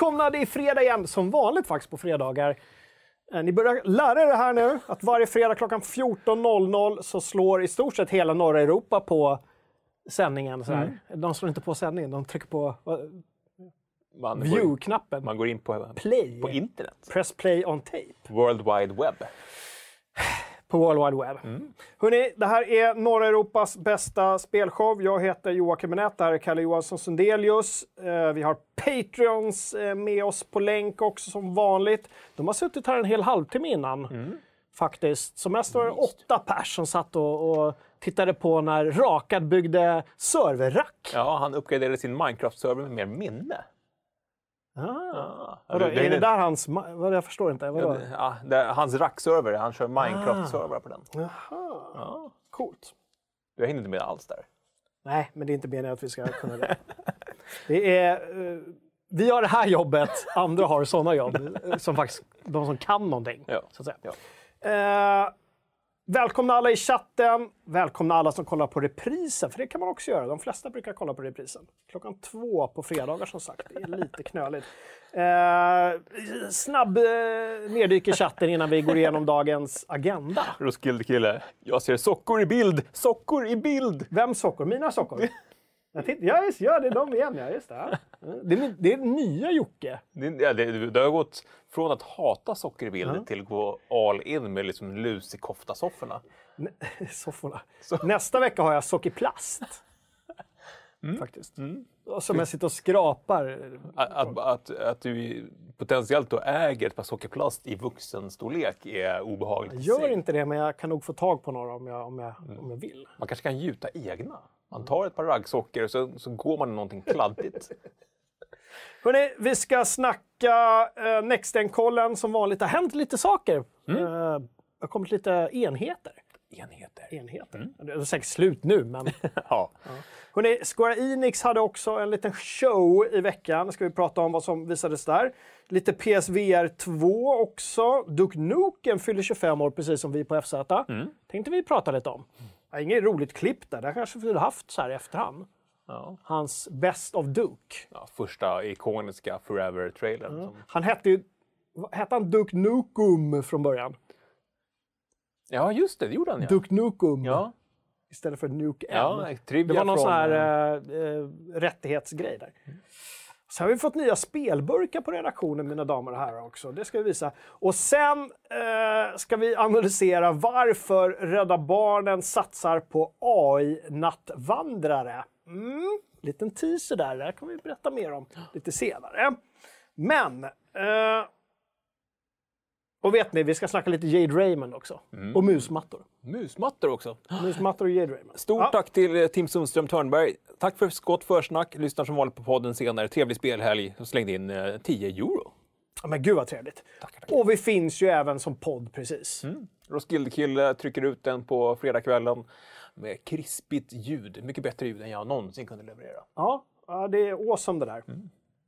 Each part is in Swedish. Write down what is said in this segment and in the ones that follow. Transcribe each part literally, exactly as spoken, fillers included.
välkomna, det är fredag igen, som vanligt faktiskt på fredagar. Ni börjar lära er det här nu, att varje fredag klockan fjorton noll noll så slår i stort sett hela norra Europa på sändningen. Så här. Mm. De slår inte på sändningen, de trycker på view-knappen. Man går in på, play. på internet. Press play on tape. World Wide Web. På World Wide Web. Mm. Hörrni, det här är norra Europas bästa spelshow. Jag heter Joakim Benett, det här är Kalle Johansson Sundelius. Eh, vi har Patreons eh, med oss på länk också som vanligt. De har suttit här en hel halvtimme innan. Mm. Faktiskt. Som mest var det åtta pers som satt och, och tittade på när Rakad byggde serverrack. Ja, han uppgraderade sin Minecraft-server med mer minne. Ah. Ah. Vadå, det, är det, det där hans... Vad, jag förstår inte. Vadå? Ja, det är hans rack-server. Han kör Minecraft-server ah. på den. Jaha. Ja. Coolt. Du hänger inte med alls där. Nej, men det är inte meningen att vi ska kunna det. Det är... Uh, vi har det här jobbet. Andra har sådana jobb. Som faktiskt... De som kan någonting. Ja. Så att säga. Ja. Uh, välkomna alla i chatten. Välkomna alla som kollar på reprisen. För det kan man också göra. De flesta brukar kolla på reprisen. Klockan två på fredagar som sagt. Det är lite knöligt. Eh, snabb eh, neddyk i chatten innan vi går igenom dagens agenda. Roskilde-kille. Jag ser sockor i bild. Sockor i bild. Vem sockor? Mina sockor? Jag titt- ja, just, ja, det är de igen. Ja, just det. Det är, det är nya Jocke. Det, ja, det, det har gått från att hata socker i bild mm. till att gå all in med liksom lus i koftasofforna. Sofforna. Så. Nästa vecka har jag sockerplast. Mm. Faktiskt. Mm. Som jag sitter och skrapar. Att, att, att, att du potentiellt då äger ett par sockerplast i vuxenstorlek är obehagligt. Jag gör inte det, men jag kan nog få tag på några om jag, om jag, mm. om jag vill. Man kanske kan gjuta egna. Man tar ett par raggsocker och så, så går man i någonting kladdigt. Hörrni, vi ska snacka uh, Nexten-kollen som vanligt. Det har hänt lite saker. Mm. Uh, det har kommit lite enheter. Enheter. Enheter. Mm. Det är säkert slut nu, men... ja. ja. Hörrni, Square Enix hade också en liten show i veckan. Ska vi prata om vad som visades där. Lite P S V R två också. Duke Nukem fyller tjugofem år, precis som vi på F Z. Mm. Tänkte vi prata lite om. Ja, inget roligt klipp där. Det kanske vi hade haft så här i efterhand. Ja. Hans Best of Duke. Ja, första ikoniska Forever-trailern. Ja. Som... Han hette ju... Hette han Duke Nukem från början? Ja, just det. Det gjorde han, ja. Duke Nukem. Ja. Istället för Nuke M. Ja, det var någon från... sån här äh, rättighetsgrej där. Mm. Så har vi fått nya spelburkar på redaktionen, mina damer och herrar också. Det ska vi visa. Och sen äh, ska vi analysera varför Rädda Barnen satsar på A I-nattvandrare. Mm. Liten teaser där. Det kan vi berätta mer om lite senare. Men... Äh, Och vet ni, vi ska snacka lite Jade Raymond också. Mm. Och musmattor. Musmattor också. Musmattor och Jade Raymond. Stort ja. tack till Tim Sundström Törnberg. Tack för gott försnack. Lyssnar som vanligt på podden senare. Trevlig spelhelg. Och slängde in eh, tio euro. Ja, men gud vad trevligt. Tackar, tackar. Och vi finns ju även som podd, precis. Mm. Roskilde-kille trycker ut den på fredagskvällen. Med krispigt ljud. Mycket bättre ljud än jag någonsin kunde leverera. Ja, ja det är awesome det där. Mm.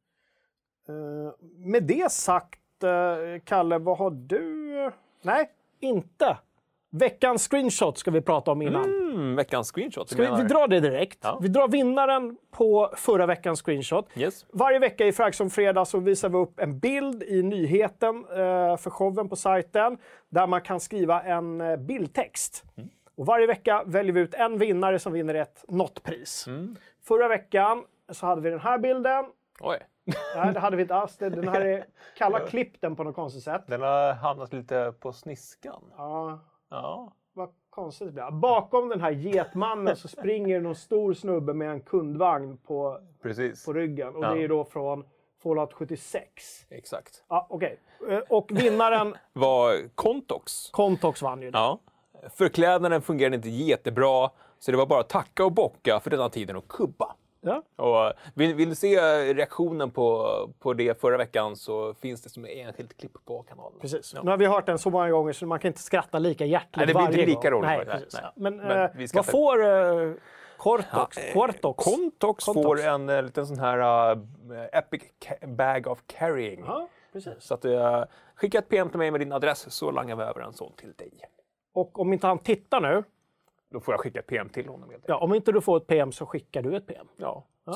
Uh, med det sagt, Kalle, vad har du? Nej, inte. Veckans screenshot ska vi prata om innan. Mm, veckans screenshot. Ska vi, vi drar det direkt. Ja. Vi drar vinnaren på förra veckans screenshot. Yes. Varje vecka i Fragsson fredag så visar vi upp en bild i nyheten eh, för showen på sajten där man kan skriva en eh, bildtext. Mm. Och varje vecka väljer vi ut en vinnare som vinner ett något-pris. Mm. Förra veckan så hade vi den här bilden. Oj. Nej, det hade vi inte alls. Den här är kalla klipp den på något konstigt sätt. Den har hamnat lite på sniskan. Ja. Ja. Vad konstigt det blir. Bakom den här getmannen så springer någon stor snubbe med en kundvagn på, Precis. på ryggen. Och ja. det är då från Fallout sjuttiosex. Exakt. Ja, okej. Okay. Och vinnaren... var Contox. Contox vann ju det. Ja. Förklädnaden fungerade inte jättebra. Så det var bara att tacka och bocka för denna tiden och kubba. Ja. Och vill, vill du se reaktionen på, på det förra veckan så finns det som ett enskilt klipp på kanalen. Precis. Ja. Nu har vi hört den så många gånger så man kan inte skratta lika hjärtligt varje gång. Nej, det blir inte lika roligt. Nej, nej, precis. nej. Ja. Men, Men eh, vi vad får eh, Cortox? Ja, Cortox? Contox får en uh, liten sån här uh, epic bag of carrying. Ja, precis. Så att uh, skicka ett P M till mig med din adress så langar vi över en sån till dig. Och om inte han tittar nu... Då får jag skicka ett P M till honom. Ja, om inte du får ett P M så skickar du ett P M. Ja, ja. så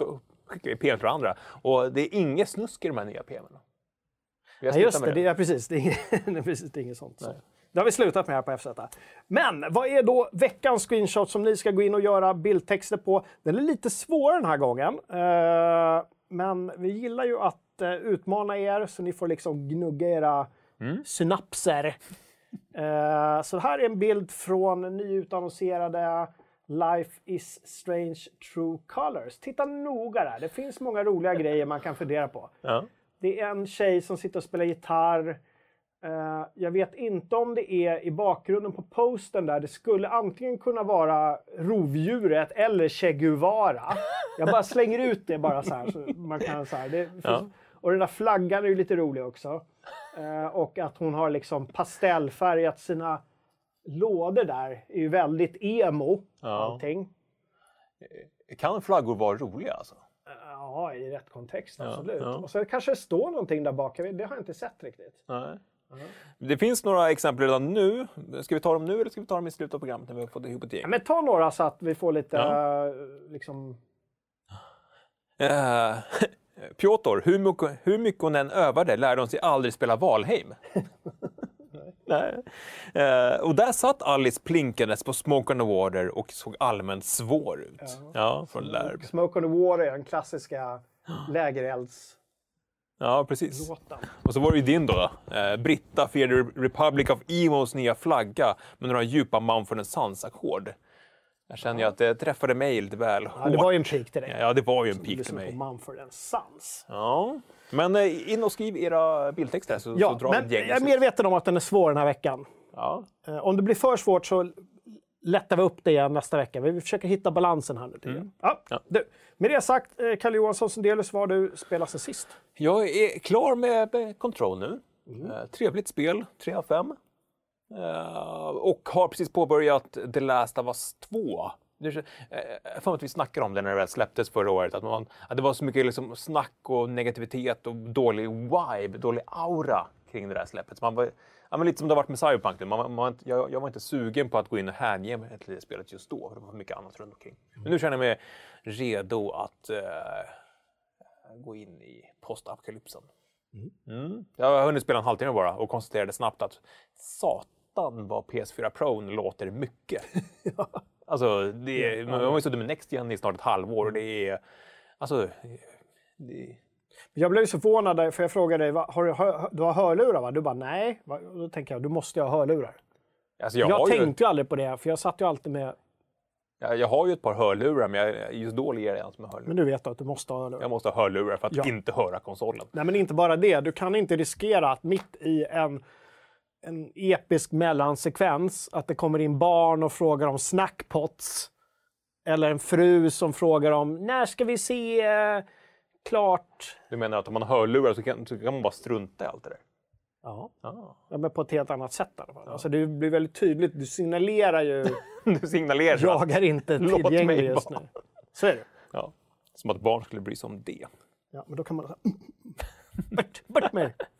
skickar vi P M till varandra. Och det är inget snusk i de här nya P M:en. Ja, just det, det är precis. Det är inget, precis, det är inget sånt. Så. Det har vi slutat med här på F Z. Men vad är då veckans screenshot som ni ska gå in och göra bildtexter på? Den är lite svår den här gången. Uh, men vi gillar ju att uh, utmana er så ni får liksom gnugga era mm. synapser. Uh, så här är en bild från nyutannonserade Life is Strange True Colors. Titta noga där. Det finns många roliga grejer man kan fundera på. Ja. Det är en tjej som sitter och spelar gitarr. Uh, jag vet inte om det är i bakgrunden på posten där. Det skulle antingen kunna vara rovdjuret eller Che Guevara. Jag bara slänger ut det bara så här. Så man kan, så här. Det finns, ja. Och den där flaggan är ju lite rolig också. Uh, och att hon har liksom pastellfärgat sina lådor där. Är ju väldigt emo. Ja. Allting. Kan flaggor vara roliga alltså? Ja, i rätt kontext, absolut. Ja, ja. Och så kanske det står någonting där bak. Det har jag inte sett riktigt. Nej. Uh-huh. Det finns några exempel redan nu. Ska vi ta dem nu eller ska vi ta dem i slutet av programmet när vi har fått ihop ett gäng? Ja, men ta några så att vi får lite, ja. uh, liksom... Uh, Piotr, hur mycket, hur mycket hon än övade lärde hon sig aldrig spela Valheim. Nej. Uh, och där satt Alice plinkandes på Smoke on the Water och såg allmänt svår ut. Ja, ja från Lärb. Smoke on the Water är den klassiska lägerelds. Ja, precis. Låten. Och så var det ju din då. Uh, Britta firade Republic of Emos nya flagga med några djupa Mumford and Sons-ackord. Jag känner ju att det träffade mig lite väl ja, det var ju en pik till dig. Ja, det var ju en pik till mig. På Mumford and Sons. Ja. Men eh, in och skriv era bildtexter så, ja, så drar men ett gäng. Jag är medveten om att den är svår den här veckan. Ja. Eh, om det blir för svårt så lättar vi upp det igen nästa vecka. Vi försöker hitta balansen här nu. Mm. Ja. Ja. Du, med det sagt, eh, Kalle Johansson Sundelius, var du spelar sen sist? Jag är klar med, med Control nu. Mm. Eh, trevligt spel, tre av fem. Eh, och har precis påbörjat The Last of Us två. Jag får att vi snackade om det när det väl släpptes förra året. Att, man, att det var så mycket liksom snack och negativitet och dålig vibe, dålig aura kring det där släppet. Så man var, ja, men lite som det har varit med Cyberpunk. Man, man, jag, jag var inte sugen på att gå in och hänge mig till det spelet just då. För det var mycket annat runt omkring. Men nu känner jag mig redo att uh, gå in i postapokalypsen. Mm. Mm. Jag har hunnit spela en halvtimme bara och konstaterade snabbt att satan vad P S fyra Pro låter mycket. Ja. Alltså, det är, man har ju suttit med Next Gen i snart ett halvår och det är... Alltså... Det... Jag blev så förvånad för jag frågade dig, har du, hör, du har hörlurar va? Du bara nej. Då tänker jag, du måste ha hörlurar. Alltså, jag jag tänkte ju aldrig på det, för jag satt ju alltid med... Ja, jag har ju ett par hörlurar, men jag är just dålig är jag med hörlurar. Men du vet att du måste ha hörlurar. Jag måste ha hörlurar för att ja. inte höra konsolen. Nej, men inte bara det. Du kan inte riskera att mitt i en... en episk mellansekvens, att det kommer in barn och frågar om snackpots. Eller en fru som frågar om, när ska vi se eh, klart? Du menar att om man hör lurar så kan, så kan man bara strunta i allt det där? Ja, ah. ja men på ett helt annat sätt. Ja. Alltså det blir väldigt tydligt, du signalerar ju... du signalerar. Jag är inte tillgänglig just nu. Så är det. Ja, som att barn skulle bry sig om det. Ja, men då kan man säga, bort, bort med det.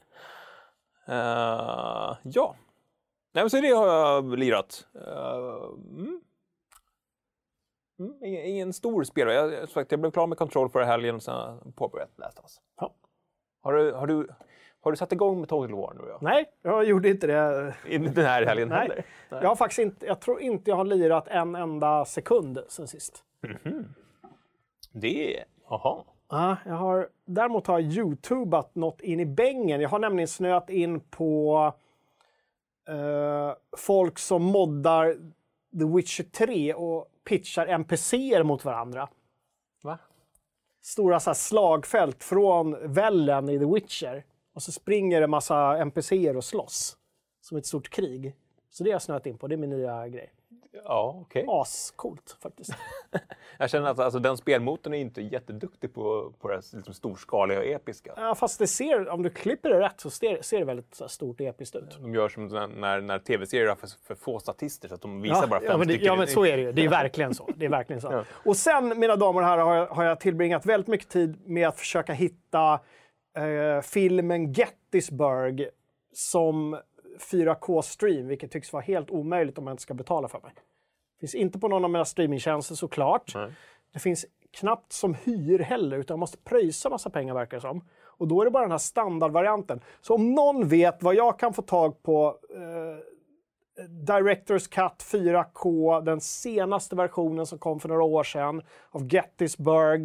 Uh, ja. Nej, men så det har jag lirat. Uh, mm. Mm, ingen, ingen stor spelare. Jag, jag, sagt, jag blev klar med Control förra helgen och sen påbörjat Last of Us. Ja. Har du, har du, har du satt igång med Total War nu? Ja? Nej, jag gjorde inte det. Inte den här helgen Nej. heller? Nej. Jag har faktiskt inte, jag tror inte jag har lirat en enda sekund sen sist. Mm-hmm. Det är, aha. Ja, jag har, däremot har jag YouTubat något in i bängen. Jag har nämligen snöat in på uh, folk som moddar The Witcher tre och pitchar N P C:er mot varandra. Va? Stora så här, slagfält från vällen i The Witcher. Och så springer det massa N P C:er och slåss. Som ett stort krig. Så det har jag snöat in på, det är min nya grej. Ja, okej. Okay. Ascoolt faktiskt. Jag känner att alltså, den spelmotorn är inte jätteduktig på, på det liksom, storskaliga och episka. Ja, fast det ser, om du klipper det rätt så ser, ser det väldigt så här, stort och episkt ut. De gör som när, när tv-serier har för, för få statister så att de visar ja, bara fem ja, men det, stycken. Ja, men så är det ju. Det är verkligen så. Det är verkligen så. Ja. Och sen, mina damer och herrar, har jag, har jag tillbringat väldigt mycket tid med att försöka hitta eh, filmen Gettysburg som fyra K-stream, vilket tycks vara helt omöjligt om man inte ska betala för mig. Det finns inte på någon av mina streamingtjänster såklart. Nej. Det finns knappt som hyr heller, utan man måste pröjsa massa pengar verkar det som. Och då är det bara den här standardvarianten. Så om någon vet vad jag kan få tag på eh, Directors Cut fyra K, den senaste versionen som kom för några år sedan av Gettysburg.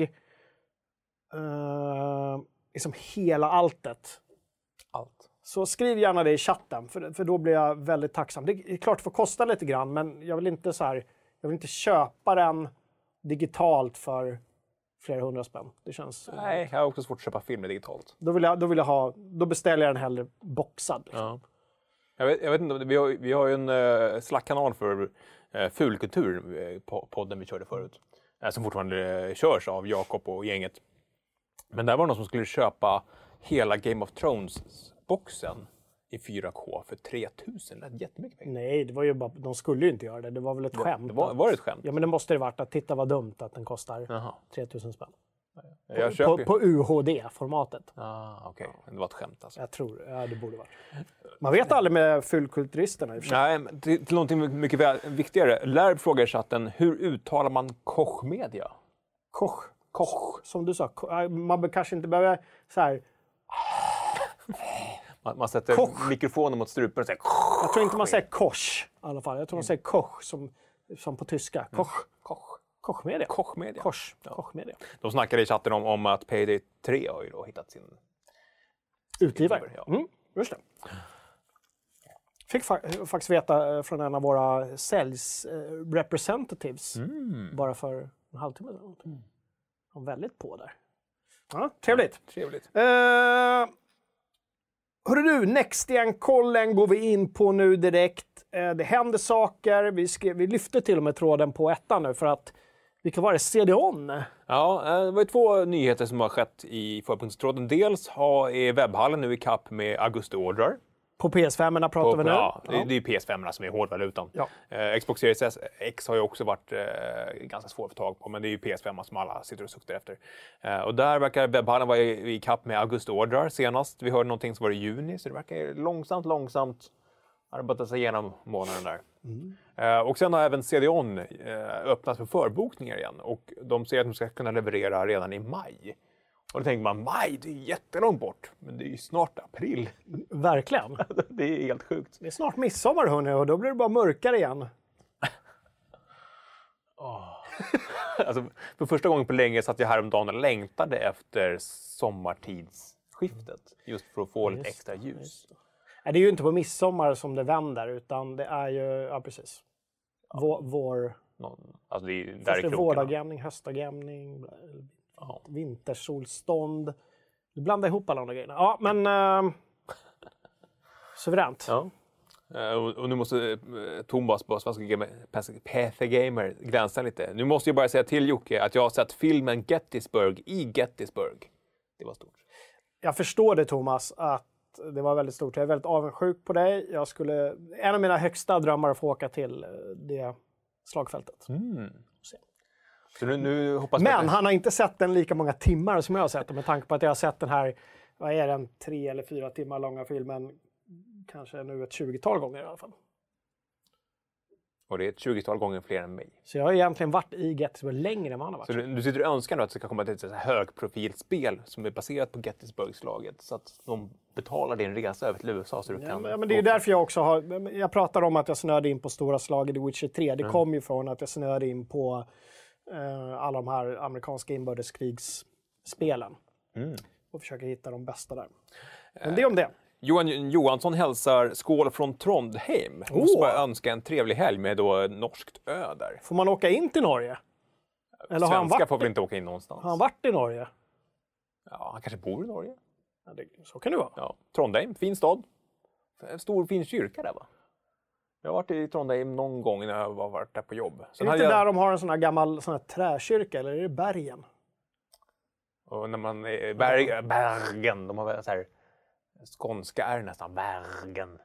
Eh, liksom hela alltet. Allt. Så skriv gärna det i chatten, för, för då blir jag väldigt tacksam. Det är klart det får kosta lite grann, men jag vill inte så här, jag vill inte köpa den digitalt för flera hundra spänn. Det känns... Nej, jag har också svårt att köpa filmer digitalt. Då vill jag, då vill jag ha, då beställer jag den hellre boxad. Liksom. Ja. Jag vet, jag vet inte, vi har, vi har ju en uh, Slack-kanal för uh, fulkultur, uh, på podden vi körde förut. Uh, som fortfarande uh, körs av Jakob och gänget. Men där var det någon som skulle köpa hela Game of Thrones-boxen i fyra K för tre tusen. Det är jättemycket pengar. Nej, det var ju bara, de skulle ju inte göra det. Det var väl ett Det, skämt. det var, var det ett skämt? Ja, men det måste det varit att titta vad dumt att den kostar Jaha. tre tusen spänn. Jag På, köper på, ju. på U H D-formatet. Ah, okej. Okay. Det var ett skämt alltså. Jag tror, ja det borde vara. Man vet aldrig med fullkulturisterna i och för sig. Nej, men till, till någonting mycket väl, viktigare. Lärb frågar i chatten, hur uttalar man Koch Media? Koch. Koch. Som du sa, ko- man kanske inte behöver så här. Man, man sätter Koch. mikrofonen mot strupen och säger Jag tror inte man säger Koch i alla fall. Jag tror man säger Koch som, som på tyska. Koch. Koch. Koch Media. Koch Media. Koch. Koch Media. De snackade i chatten om, om att Payday tre har ju då hittat sin... Utgivare. Ja. Mm, just det. Fick fa- faktiskt veta från en av våra sales eh, representatives Mm. bara för en halvtimme sedan. Mm. De var väldigt på där. Ja, trevligt. Trevligt. Uh, hörru du, Nextgen-kollen går vi in på nu direkt. Uh, det händer saker. Vi, skrev, vi lyfte till och med tråden på ettan nu för att vilka var det? C D O N? Ja, det var ju två nyheter som har skett i förpunktstråden. Dels har är webbhallen nu i kapp med augustiordrar. På P S fem pratar På, vi nu. ja, det, Ja. det är ju P S fem som är hårdvalutan. Ja. Eh, Xbox Series X har ju också varit eh, ganska svår att få tag på, men det är ju P S fem som alla sitter och suktar efter. Eh, och där verkar webbhallen vara i, i kapp med augustiordrar senast. Vi hörde någonting som var i juni, så det verkar långsamt, långsamt arbeta sig igenom månaden där. Mm. Eh, och sen har även C D O N eh, öppnat för förbokningar igen, och de säger att de ska kunna leverera redan i maj. Och då tänker man, maj, det är jättelångt bort, men det är ju snart april. Verkligen. Det är helt sjukt. Det är snart midsommar hörni, och då blir det bara mörkare igen. Oh. Alltså, för första gången på länge satt jag häromdagen och längtade efter sommartidsskiftet. Just för att få lite extra ljus. Nej, det är ju inte på midsommar som det vänder, utan det är ju, ja precis, vår, vår Någon, alltså det är ju där först i är krokarna. vårdagjämning, höstagjämning, Ja. vintersolstånd. Du blandar ihop alla de där grejerna. Ja, men uh, suveränt. Ja. Eh, Och, och nu måste uh, Thomas på Svenska Gamer, P C Gamer glänsa lite. Nu måste jag bara säga till Jocke att jag har sett filmen Gettysburg i Gettysburg. Det var stort. Jag förstår det Thomas, att det var väldigt stort. Jag är väldigt avundsjuk på dig. Jag skulle, en av mina högsta drömmar att få åka till eh, det slagfältet. Mm. Se. Så nu, nu hoppas vi Men att han har inte sett den lika många timmar som jag har sett den, med tanke på att jag har sett den här, vad är den, tre eller fyra timmar långa filmen, kanske nu ett tjugotal gånger i alla fall. och det är ett tjugotal gånger fler än mig. Så jag har egentligen varit i Gettysburg längre än vad han har varit. Så du, du sitter och önskar nu att det ska komma till ett så här högprofilspel som är baserat på Gettysburgslaget, så att de betalar din resa över till U S A så du Ja, kan... men, men det är ju därför jag också har, jag pratar om att jag snöade in på stora slaget i Witcher tre. Det Mm. kom ju från att jag snöade in på eh, alla de här amerikanska inbördeskrigsspelen. Mm. Och försöker hitta de bästa där. Men det om det. Johan Johansson hälsar skål från Trondheim. Åh! Måste bara önska en trevlig helg med då norskt ö där. Får man åka in till Norge? Eller har han, Svenskar varit, får väl inte åka in någonstans. har han varit i Norge? Ja, han kanske bor i Norge. Ja, det, så kan det vara. Ja. Trondheim, fin stad. En stor fin kyrka där va? Jag har varit i Trondheim någon gång när jag var varit där på jobb. Är Sen det hade inte jag, där de har en sån här gammal sån här träkyrka, eller är det Bergen? och när man är Berg, Bergen, de har väl så här skånska är nästan Bergen.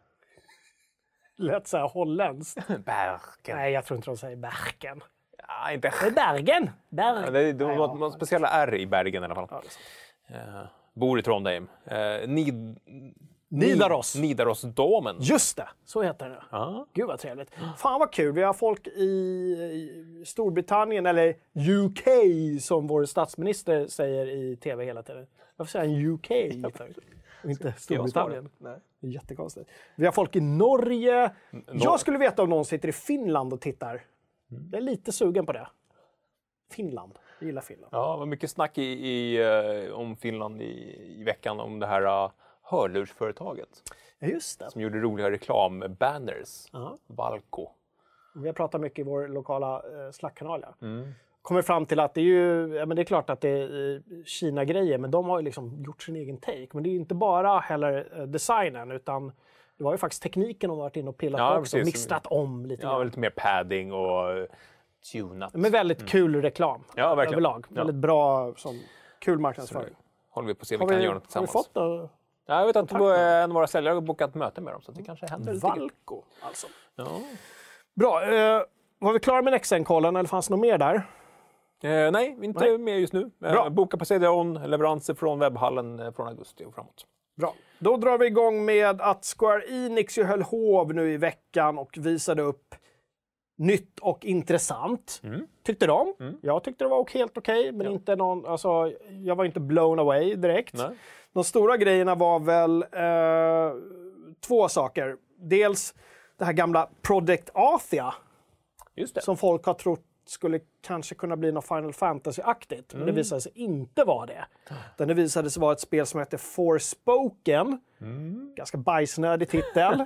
Lät så här holländskt. Bergen. Nej, jag tror inte de säger Bergen. Ja, inte. Det är Bergen. Bergen. Ja, det är, de Nej, har ja. man speciella R i Bergen i alla fall. Ja, det är sant. Eh, bor i Trondheim. Eh, Nid, Nidaros. Nidarosdomen. Just det, så heter det. Ja. Gud vad trevligt. Fan vad kul, vi har folk i i Storbritannien, eller U K som vår statsminister säger i tv hela tiden. Varför säger han U K för? Och inte Storbritannien. Nej. Det är jättekonstigt. Vi har folk i Norge. Nor- Jag skulle veta om någon sitter i Finland och tittar. Jag är lite sugen på det. Finland. Jag gillar Finland. Ja, det var mycket snack i, i, eh, om Finland i, i veckan om det här uh, hörlursföretaget. Ja, just det. Som gjorde roliga reklambanners. Ja. Valco. Vi har pratat mycket i vår lokala eh, Slack-kanal. Ja. Mm. Kommer fram till att det är ju, ja, men det är klart att det är eh, Kina-grejer, men de har ju liksom gjort sin egen take. Men det är ju inte bara heller eh, designen, utan det var ju faktiskt tekniken de har varit inne och pillat Ja, på också, precis. mixtrat om lite Ja, grann. lite mer padding och uh, tunat. Men väldigt kul reklam Ja, verkligen. överlag. Ja. Väldigt bra, som, kul marknadsföring. Håller vi på att se om Har vi kan vi, göra något har vi tillsammans. fått då? Ja, jag vet att kontakt med en av våra säljare har bokat möte med dem, så det kanske händer lite. Valco, alltså. Ja. Bra. Eh, var vi klara med Next Gen-kollen, eller fanns det något mer där? Eh, nej, inte Nej. med just nu. Eh, Bra. boka på C D O N, leveranser från webbhallen eh, från augusti och framåt. Bra. Då drar vi igång med att Square Enix ju höll hov nu i veckan och visade upp nytt och intressant. Mm. Tyckte de. Mm. Jag tyckte det var helt okej, men Ja. inte någon, alltså, jag var inte blown away direkt. Nej. De stora grejerna var väl eh, två saker. Dels det här gamla Project Athia Just det. som folk har trott skulle kanske kunna bli något Final Fantasy-aktigt. Men det visade sig inte vara det. Utan det visade sig vara ett spel som heter Forspoken. Mm. Ganska bajsnödig titel.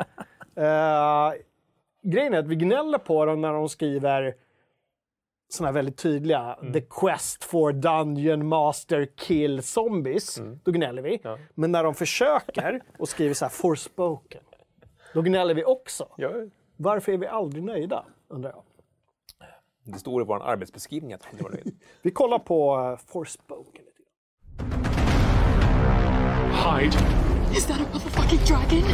uh, grejen är att vi gnäller på dem när de skriver såna här väldigt tydliga Mm. The Quest for Dungeon Master Kill Zombies. Då gnäller vi. Ja. Men när de försöker och skriver så här Forspoken, då gnäller vi också. Ja, Varför är vi aldrig nöjda, undrar jag. det står i vår arbetsbeskrivning att det var det. Vi kollar på uh, Forspoken. Hide. Is that a motherfucking dragon?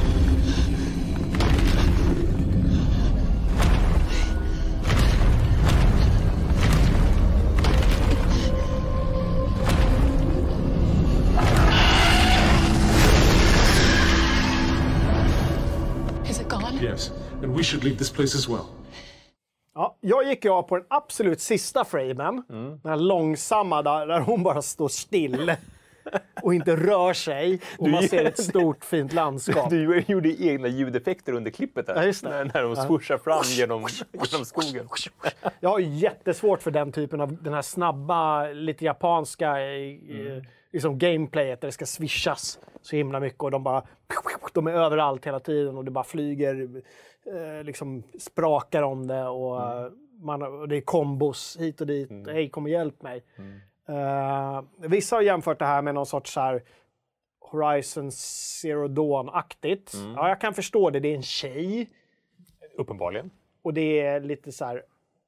Is it gone? Yes, and we should leave this place as well. Ja, jag gick ju av på den absolut sista framen. Mm. Den här långsamma där, där hon bara står still och inte rör sig. Och man ser ett stort fint landskap. Du gjorde egna ljudeffekter under klippet där. Ja, just det. När, när de swooshar fram genom, genom skogen. Jag har jättesvårt för den typen av, den här snabba, lite japanska mm. liksom gameplayet där det ska swishas så himla mycket och de bara, de är överallt hela tiden och det bara flyger, eh, liksom sprakar om det och, mm. man, och det är kombos hit och dit. Mm. Hej, kom och hjälp mig. Mm. Uh, vissa har jämfört det här med någon sorts så här Horizon Zero Dawn-aktigt. Mm. Ja, jag kan förstå det. Det är en tjej. Uppenbarligen. Och det är lite så här...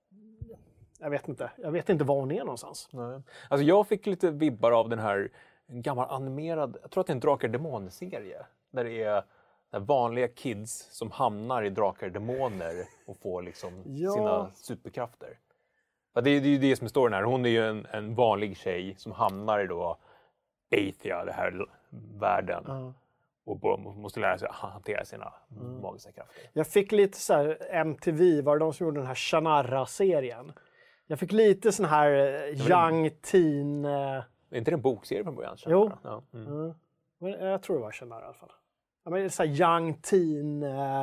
Jag vet inte. Jag vet inte var hon är någonstans. Nej. Alltså jag fick lite vibbar av den här en gammal animerad, jag tror att det är en Drakar Demon-serie. Där det är där vanliga kids som hamnar i Drakar Demoner och får liksom Ja. sina superkrafter. Ja, det är ju det, det som är storyn här. Hon är ju en, en vanlig tjej som hamnar i då Athia, det här l- världen. Ja. Och bo- måste lära sig att hantera sina mm. magiska krafter. Jag fick lite så här M T V, var det de som gjorde den här Shannara-serien? Jag fick lite sån här eh, young teen... eh, Är inte det en bokserie från början? Jo. Ja. Mm. Mm. Men jag tror det var Shannara i alla fall. Ja, men det är så här young teen eh,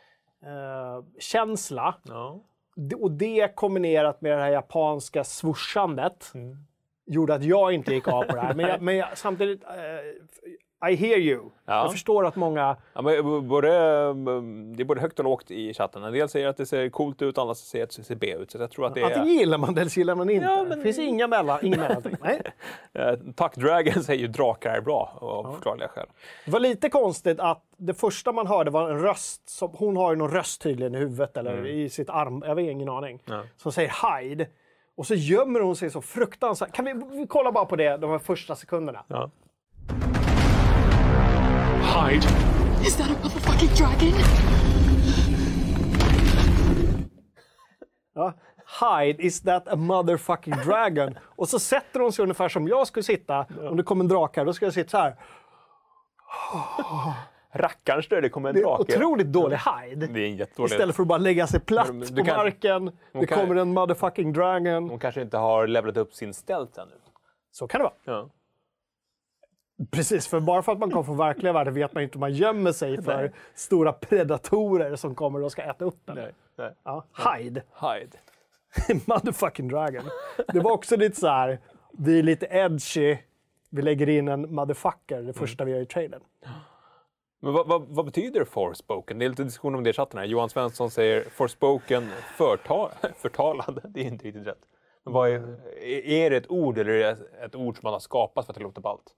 eh, känsla. Ja. D- Och det kombinerat med det här japanska swooshandet Mm. gjorde att jag inte gick av på det här. Men, jag, men jag, samtidigt, eh, I hear you. Ja. Jag förstår att många... Ja, men både, det är både högt och lågt i chatten. En del säger att det ser coolt ut, andra säger att det ser B ut. Så jag tror att det är... Antingen gillar man det eller gillar man inte. Ja, men- Det finns inga mellan, ingen mellanting. Nej. Eh, Tack Dragon säger ju drakar är bra av förklarliga skäl. Det var lite konstigt att det första man hörde var en röst. Som, hon har ju någon röst tydligen i huvudet eller i sitt arm. Jag har ingen aning. Ja. Som säger hide. Och så gömmer hon sig så fruktansvärt. Kan vi, vi kolla bara på det de här första sekunderna? Ja. Hide. Is that a motherfucking dragon? Ja. Hide, is that a motherfucking dragon? Och så sätter hon sig ungefär som jag skulle sitta. Om det kommer en drake här, då ska jag sitta så här. Rackarns där det kommer en Det är drake. otroligt dålig hide. Det är en jättedålig. Istället för att bara lägga sig platt Men du på kan- marken. Det kan- kommer en motherfucking dragon. Hon kanske inte har levlat upp sin stealth ännu. Så kan det vara. Ja. Precis, för bara för att man kommer från verkliga världen vet man inte om man gömmer sig för Nej. stora predatorer som kommer och ska äta upp den. Nej. Nej. Ja, hide. Hide. Motherfucking dragon. Det var också lite så här, vi är lite edgy, vi lägger in en motherfucker, det första vi gör i trailern. Men vad, vad, vad betyder Forspoken? Det är lite diskussion om det i chatten här. Johan Svensson säger Forspoken förta, förtalad. Det är inte riktigt rätt. Men vad är, är det ett ord eller är det ett ord som man har skapat för att det låter ballt?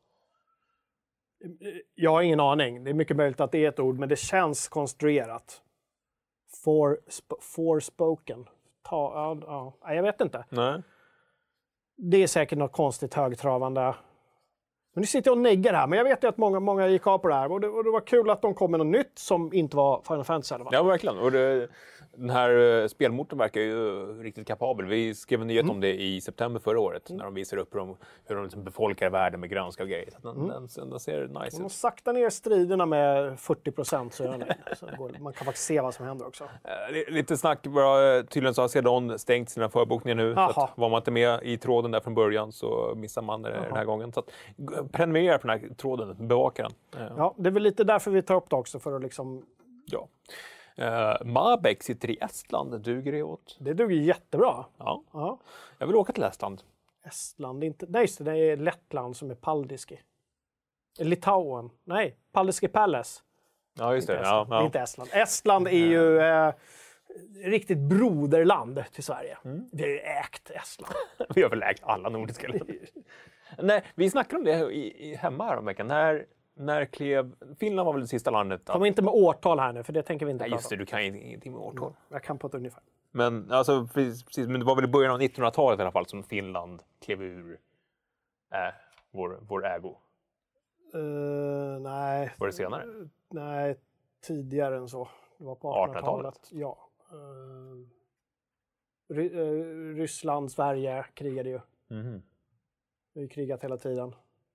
Jag har ingen aning. Det är mycket möjligt att det är ett ord, men det känns konstruerat. For, sp- forspoken. Ta, ja, ja, jag vet inte. Nej. Det är säkert något konstigt högtravande. Men nu sitter jag och neggar här, men jag vet ju att många, många gick av på det här. Och det, och det var kul att de kom med något nytt som inte var Final Fantasy. Eller vad? Ja, verkligen. Och det, den här uh, spelmotorn verkar ju riktigt kapabel. Vi skrev en nyhet mm. om det i september förra året. Mm. När de visar upp hur de, hur de liksom befolkar världen med grönska och grejer. Den, mm. den, den ser nice ut. De saktar ner striderna med fyrtio procent så, jag så går, man kan faktiskt se vad som händer också. Uh, lite snack bara. Tydligen så har Cedon stängt sina förbokningar nu. Så att var man inte med i tråden där från början så missar man det den här gången. Så att, prenumerera på den här tråden, bevaka den. Uh. Ja, det är väl lite därför vi tar upp det också, för att liksom... Ja. Uh, Mabek sitter i Estland, duger det åt? Det duger jättebra. Ja. Ja. Jag vill åka till Estland. Estland, inte... Nej, just det, det är Lettland som är Paldiski. Litauen, nej, Paldiski Palace. Ja, just det. Inte Ja, Estland. ja. Det är inte Estland. Estland är ju eh, riktigt broderland till Sverige. Mm. Vi har ju ägt Estland. Vi har väl ägt alla nordiska länder. Nej, vi snackade om det i, i hemma här om veckan. När, när klev... Finland var väl det sista landet. Kom inte med årtal här nu, för det tänker vi inte Nej, prata just det, du kan ju ingenting med årtal. om. Jag kan på ett ungefär. Men, alltså, precis, men det var väl i början av nittonhundratalet i alla fall som Finland klev ur äh, vår, vår ägo. Uh, nej. Var det senare? Nej, tidigare än så. Det var på artonhundratalet. Ja. Uh, Ry- uh, Ryssland, Sverige krigade ju. Mm. Vi har krigat hela tiden.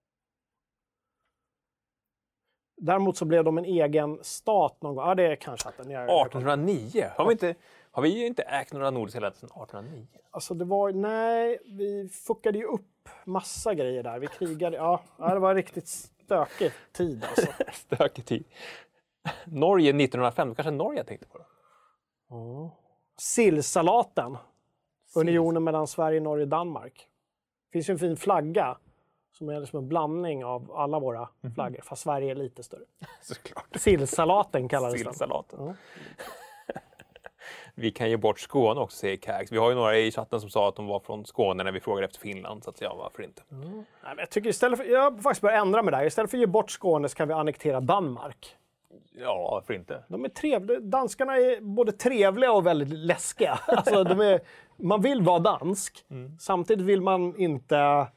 Däremot så blev de en egen stat någon gång. Ja, det är kanske att den är... artonhundranio? Har vi inte, har vi inte ägt några nordiska länder sedan artonhundranio? Alltså det var... Nej, vi fuckade ju upp massa grejer där. Vi krigade... Ja, det var en riktigt stökig tid alltså. Stökig tid. Norge nittonhundrafem, kanske Norge jag tänkte på det. Mm. Sillsalaten. Unionen mellan Sverige, Norge och Danmark. Det finns ju en fin flagga som är liksom en blandning av alla våra mm. flaggor, fast Sverige är lite större. Såklart. Sillsalaten kallades den. Sillsalaten. Mm. Vi kan ge bort Skåne också, säger Kags. Vi har ju några i chatten som sa att de var från Skåne när vi frågade efter Finland, så att ja, varför inte? Mm. Nej, men jag tycker istället för, jag har faktiskt börjat ändra med det här. Istället för att ge bort Skåne så kan vi annektera Danmark. Ja, varför inte? De är trevliga. Danskarna är både trevliga och väldigt läskiga. Alltså, de är, man vill vara dansk, mm. samtidigt vill man inte...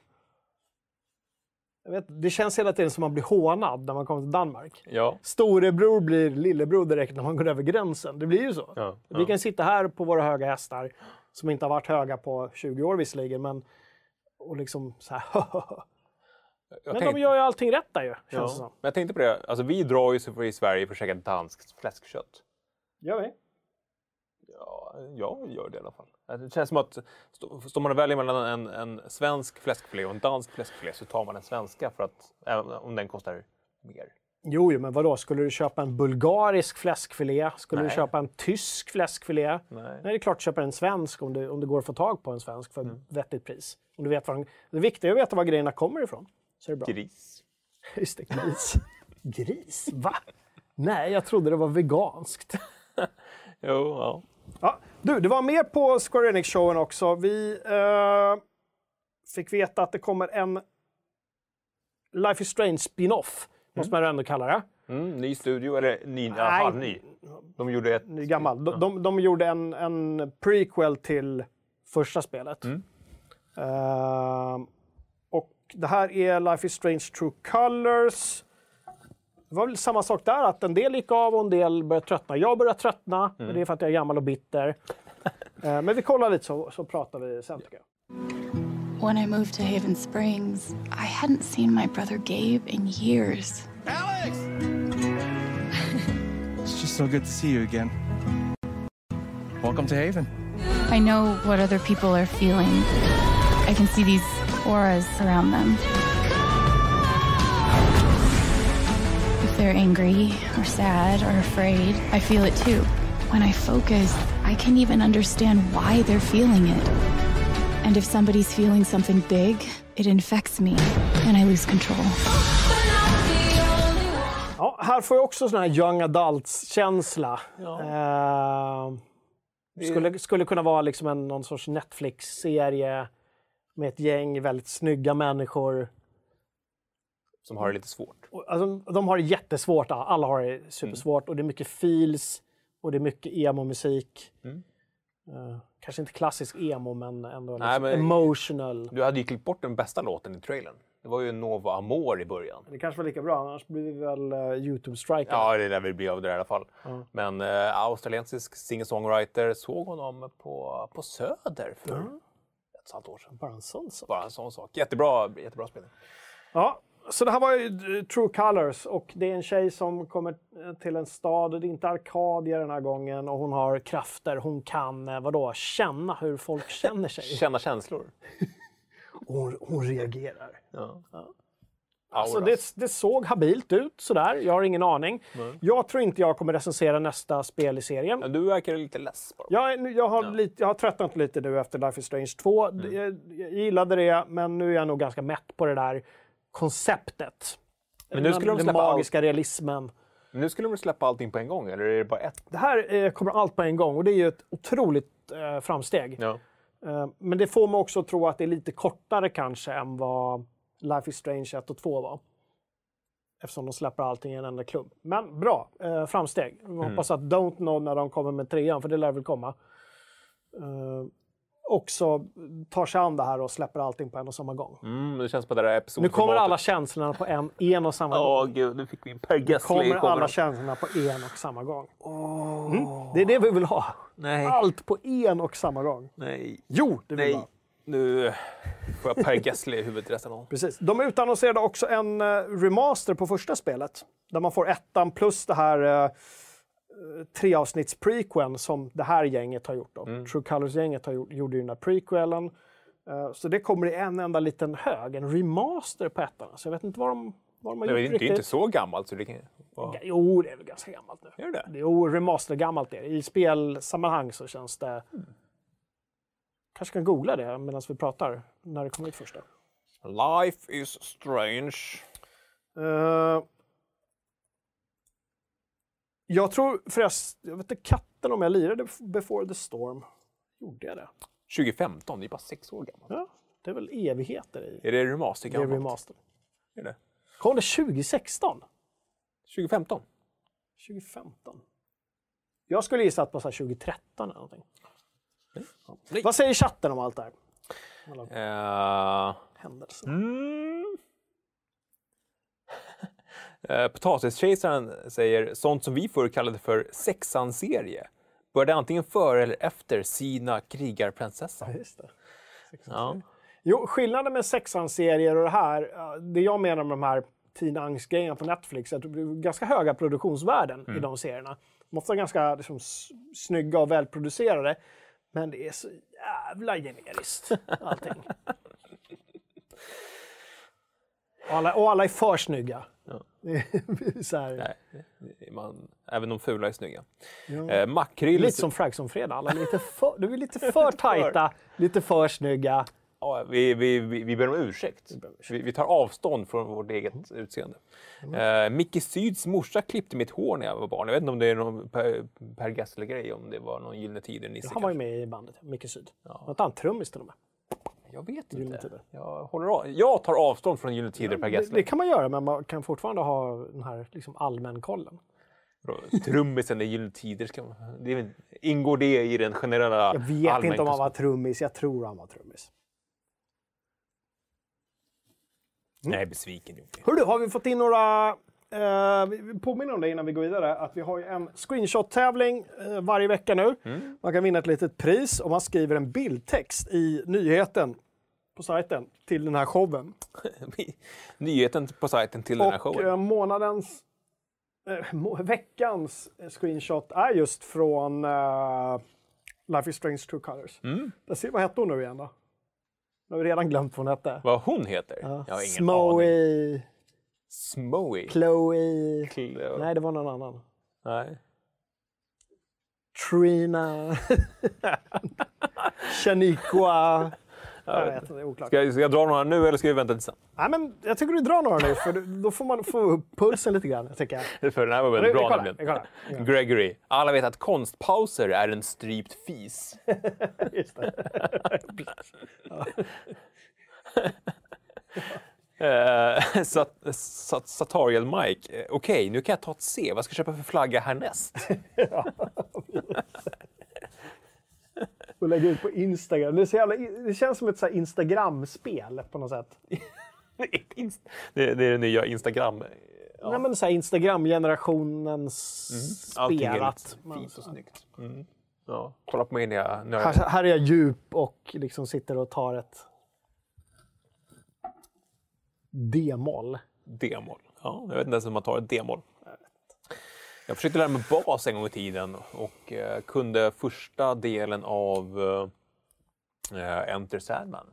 Jag vet, det känns hela tiden som man blir hånad när man kommer till Danmark. Ja. Storebror blir lillebror direkt när man går över gränsen. Det blir ju så. Ja, ja. Vi kan sitta här på våra höga hästar, som inte har varit höga på tjugo år visserligen, men och liksom så här... Jag men tänkte, de gör ju allting rätt där ju, känns ja. det som. Men jag tänkte på det, alltså vi drar ju så i Sverige för att käka danskt fläskkött. Gör vi? Ja, jag gör det i alla fall. Det känns som att stå, står man och väljer mellan en, en svensk fläskfilé och en dansk fläskfilé så tar man den svenska för att, även om den kostar mer. Jo, jo, men vadå? Skulle du köpa en bulgarisk fläskfilé? Skulle Nej. du köpa en tysk fläskfilé? Nej. Nej, det är klart du köper en svensk om det, om det går att få tag på en svensk för mm. vettigt pris. Om du vet var de, det är viktigt att veta var grejerna kommer ifrån. Så är det bra. Gris. Just det, gris. Gris? Va? Nej, jag trodde det var veganskt. Jo, ja. Ja, du, det var mer på Square Enix-showen också. Vi eh, fick veta att det kommer en Life is Strange spin-off, måste man ändå kalla det. Mm, ny studio, eller ny, ja, halvny. De gjorde ett... Ny gammal. De, de, de gjorde en, en prequel till första spelet. Mm. Uh, och det här är Life is Strange True Colors. Det var väl samma sak där, att en del gick av och en del började tröttna. Jag började tröttna, mm. men det är för att jag är gammal och bitter. uh, men vi kollar lite så, så pratar vi sen, tycker jag. When I moved to Haven Springs, I hadn't seen my brother Gabe in years. Alex! It's just so good to see you again. Welcome to Haven. I know what other people are feeling. I can see these auras around them. If they're angry or sad or afraid, I feel it too. When I focus, I can even understand why they're feeling it. And if somebody's feeling something big, it infects me and I lose control. Ja, här får jag också sån här young adults-känsla. Ja. Eh, skulle, skulle kunna vara liksom en, någon sorts Netflix-serie med ett gäng väldigt snygga människor. Som har det lite svårt. Och, alltså, de har det jättesvårt, alla har det supersvårt. Mm. Och det är mycket feels och det är mycket emo-musik. Mm. Uh, kanske inte klassisk emo, men ändå Nej, men emotional. Du hade ju klippt bort den bästa låten i trailern. Det var ju Nova Amor i början. Det kanske var lika bra, annars blir vi väl uh, YouTube-strike. Ja, det lär väl bli av det i alla fall. Mm. Men uh, australiensisk singer-songwriter, såg honom på, på Söder för mm. ett sånt år sedan. Bara en sån sak. Bara en sån sak. Jättebra, jättebra spelning. Ja, så det här var ju True Colors och det är en tjej som kommer till en stad och det är inte Arkadia den här gången och hon har krafter. Hon kan, vadå, känna hur folk känner sig. Känna känslor. hon, hon reagerar. Ja. Ja. Alltså det, det såg habilt ut sådär, jag har ingen aning. Mm. Jag tror inte jag kommer recensera nästa spel i serien. Men du verkar lite less bara. Jag, jag, har ja. lite, jag har tröttnat lite nu efter Life is Strange två. Mm. Jag, jag gillade det, men nu är jag nog ganska mätt på det där konceptet. Men nu skulle de den magiska all... realismen. Men nu skulle de släppa allting på en gång, eller är det bara ett? Det här eh, kommer allt på en gång och det är ju ett otroligt eh, framsteg. Ja. Eh, men det får mig också att tro att det är lite kortare kanske än vad Life is Strange ett och två var. Eftersom de släpper allting i en enda klubb. Men bra, eh, framsteg. Jag mm. hoppas att Don't Know när de kommer med trean, för det lär väl komma. Eh, också tar sig an det här och släpper allting på en och samma gång. Mm, det känns på det där episoden. Nu kommer alla känslorna på en, en och samma oh, gång. Åh gud, nu fick vi en Per Gessle. Nu kommer alla känslorna på en och samma gång. Oh. Mm, det är det vi vill ha. Nej. Allt på en och samma gång. Nej. Jo, det vill vi ha. Nu får jag Per Gessle i huvudet resten av. Precis. De utannonserade också en uh, remaster på första spelet. Där man får ettan plus det här uh, treavsnitts-prequeln som det här gänget har gjort. Då. Mm. True Colors-gänget har gjort, gjorde ju den här prequelen. Uh, så det kommer i en enda liten hög. En remaster på ettan. Så jag vet inte vad de, vad de har det gjort är riktigt. Det är inte så gammalt. Så det kan... wow. Jo, det är väl ganska gammalt nu. Är det? Jo, remaster gammalt är det. I spelsammanhang så känns det... Mm. Kanske kan googla det medan vi pratar när det kommer ut första. Life is Strange. Uh, jag tror förresten, jag vet inte katten om jag lirade Before the Storm. Gjorde jag det? tjugo femton, det är bara sex år gammalt. Ja, det är väl evigheter i. Är det remaster gammalt? Det är remaster. Är det? Kom det tjugo sexton? tjugo femton? tjugo femton. Jag skulle gissa att på så här tjugo tretton eller någonting. Ja. Vad säger chatten om allt det här? Uh, Händelser. Mm. uh, Potatiskejsaren säger sånt som vi förr kallade för sexan-serie. Började antingen före eller efter Sina krigarprinsessan. Ja, just det. Ja. Jo, skillnaden med sexan-serier och det här, det jag menar med de här Teen Angst-grejerna på Netflix, är att det blir ganska höga produktionsvärden mm. i de serierna. De måste vara ganska liksom, snygga och välproducerade. Men det är så jävla generiskt, allting. Och alla, och alla är för snygga. Ja. Så här. Nej, man, även de fula är snygga. Ja. Eh, makrill... Lite som Fraggson Fredag. Alla är lite för, de är lite för tajta, lite för snygga. Ja, vi, vi, vi, vi ber om ursäkt. Vi, vi tar avstånd från vårt eget mm. utseende. Mm. Eh, Micke Syds morsa klippte mitt hår när jag var barn. Jag vet inte om det är någon Per, per Gessle-grej, om det var någon Gyllene Tider-nisse. Han var ju med i bandet, Micke Syd. Ja. Var inte han trummis till och med? Jag vet inte. Jag, håller av. jag tar avstånd från Gyllene Tider, ja, Per Gessle. Det, det kan man göra, men man kan fortfarande ha den här liksom, allmänkollen. Trummisen i Gyllene Tider, ska man, det, ingår det i den generella Jag vet inte om han var trummis, jag tror han var trummis. Mm. Nej, besviken. Hörru, har vi fått in några... Eh, vi påminner om det innan vi går vidare. Att vi har en screenshot-tävling eh, varje vecka nu. Mm. Man kan vinna ett litet pris om man skriver en bildtext i nyheten. på sajten till den här showen. Nyheten på sajten till den här Och showen. eh, månadens, eh, må- veckans screenshot är just från eh, Life is Strange True Colors. Mm. Där ser, vad hette hon nu igen då? Nu har vi redan glömt vad hon hette. Vad hon heter? Ja. Jag har ingen Smoey, aning. Smoey? Chloe. Chloe. Nej, det var någon annan. Nej. Trina. Shaniqua. Jag vet, det är oklart. Ska jag, ska jag dra några nu eller ska vi vänta till sen? Nej, men jag tycker du drar några nu, för då får man få upp pulsen lite grann, tycker jag. För den här var Vi- väldigt vi bra kollar, nämligen. vi kollar, vi kollar. Gregory. Alla vet att konstpauser är en strypt fis. Just det. Eh, Sat- Sat- Satariel Mike. Eh, Okej, nu kan jag ta ett C. Vad ska jag köpa för flagga härnäst? Och lägga ut på Instagram. Det, är så jävla, det känns som ett så här Instagram-spel på något sätt. Inst- det, det är det nya Instagram. Ja. Nej, men så här Instagram-generationens Allting är spelat. lite fint och snyggt. Mm. Ja. Kolla på mig när jag... När jag... Här, här är jag djup och liksom sitter och tar ett D-moll. D-moll. Ja, jag vet inte ens hur man tar ett D-moll. Jag försökte lära mig bas en gång i tiden och eh, kunde första delen av eh, Enter Sandman.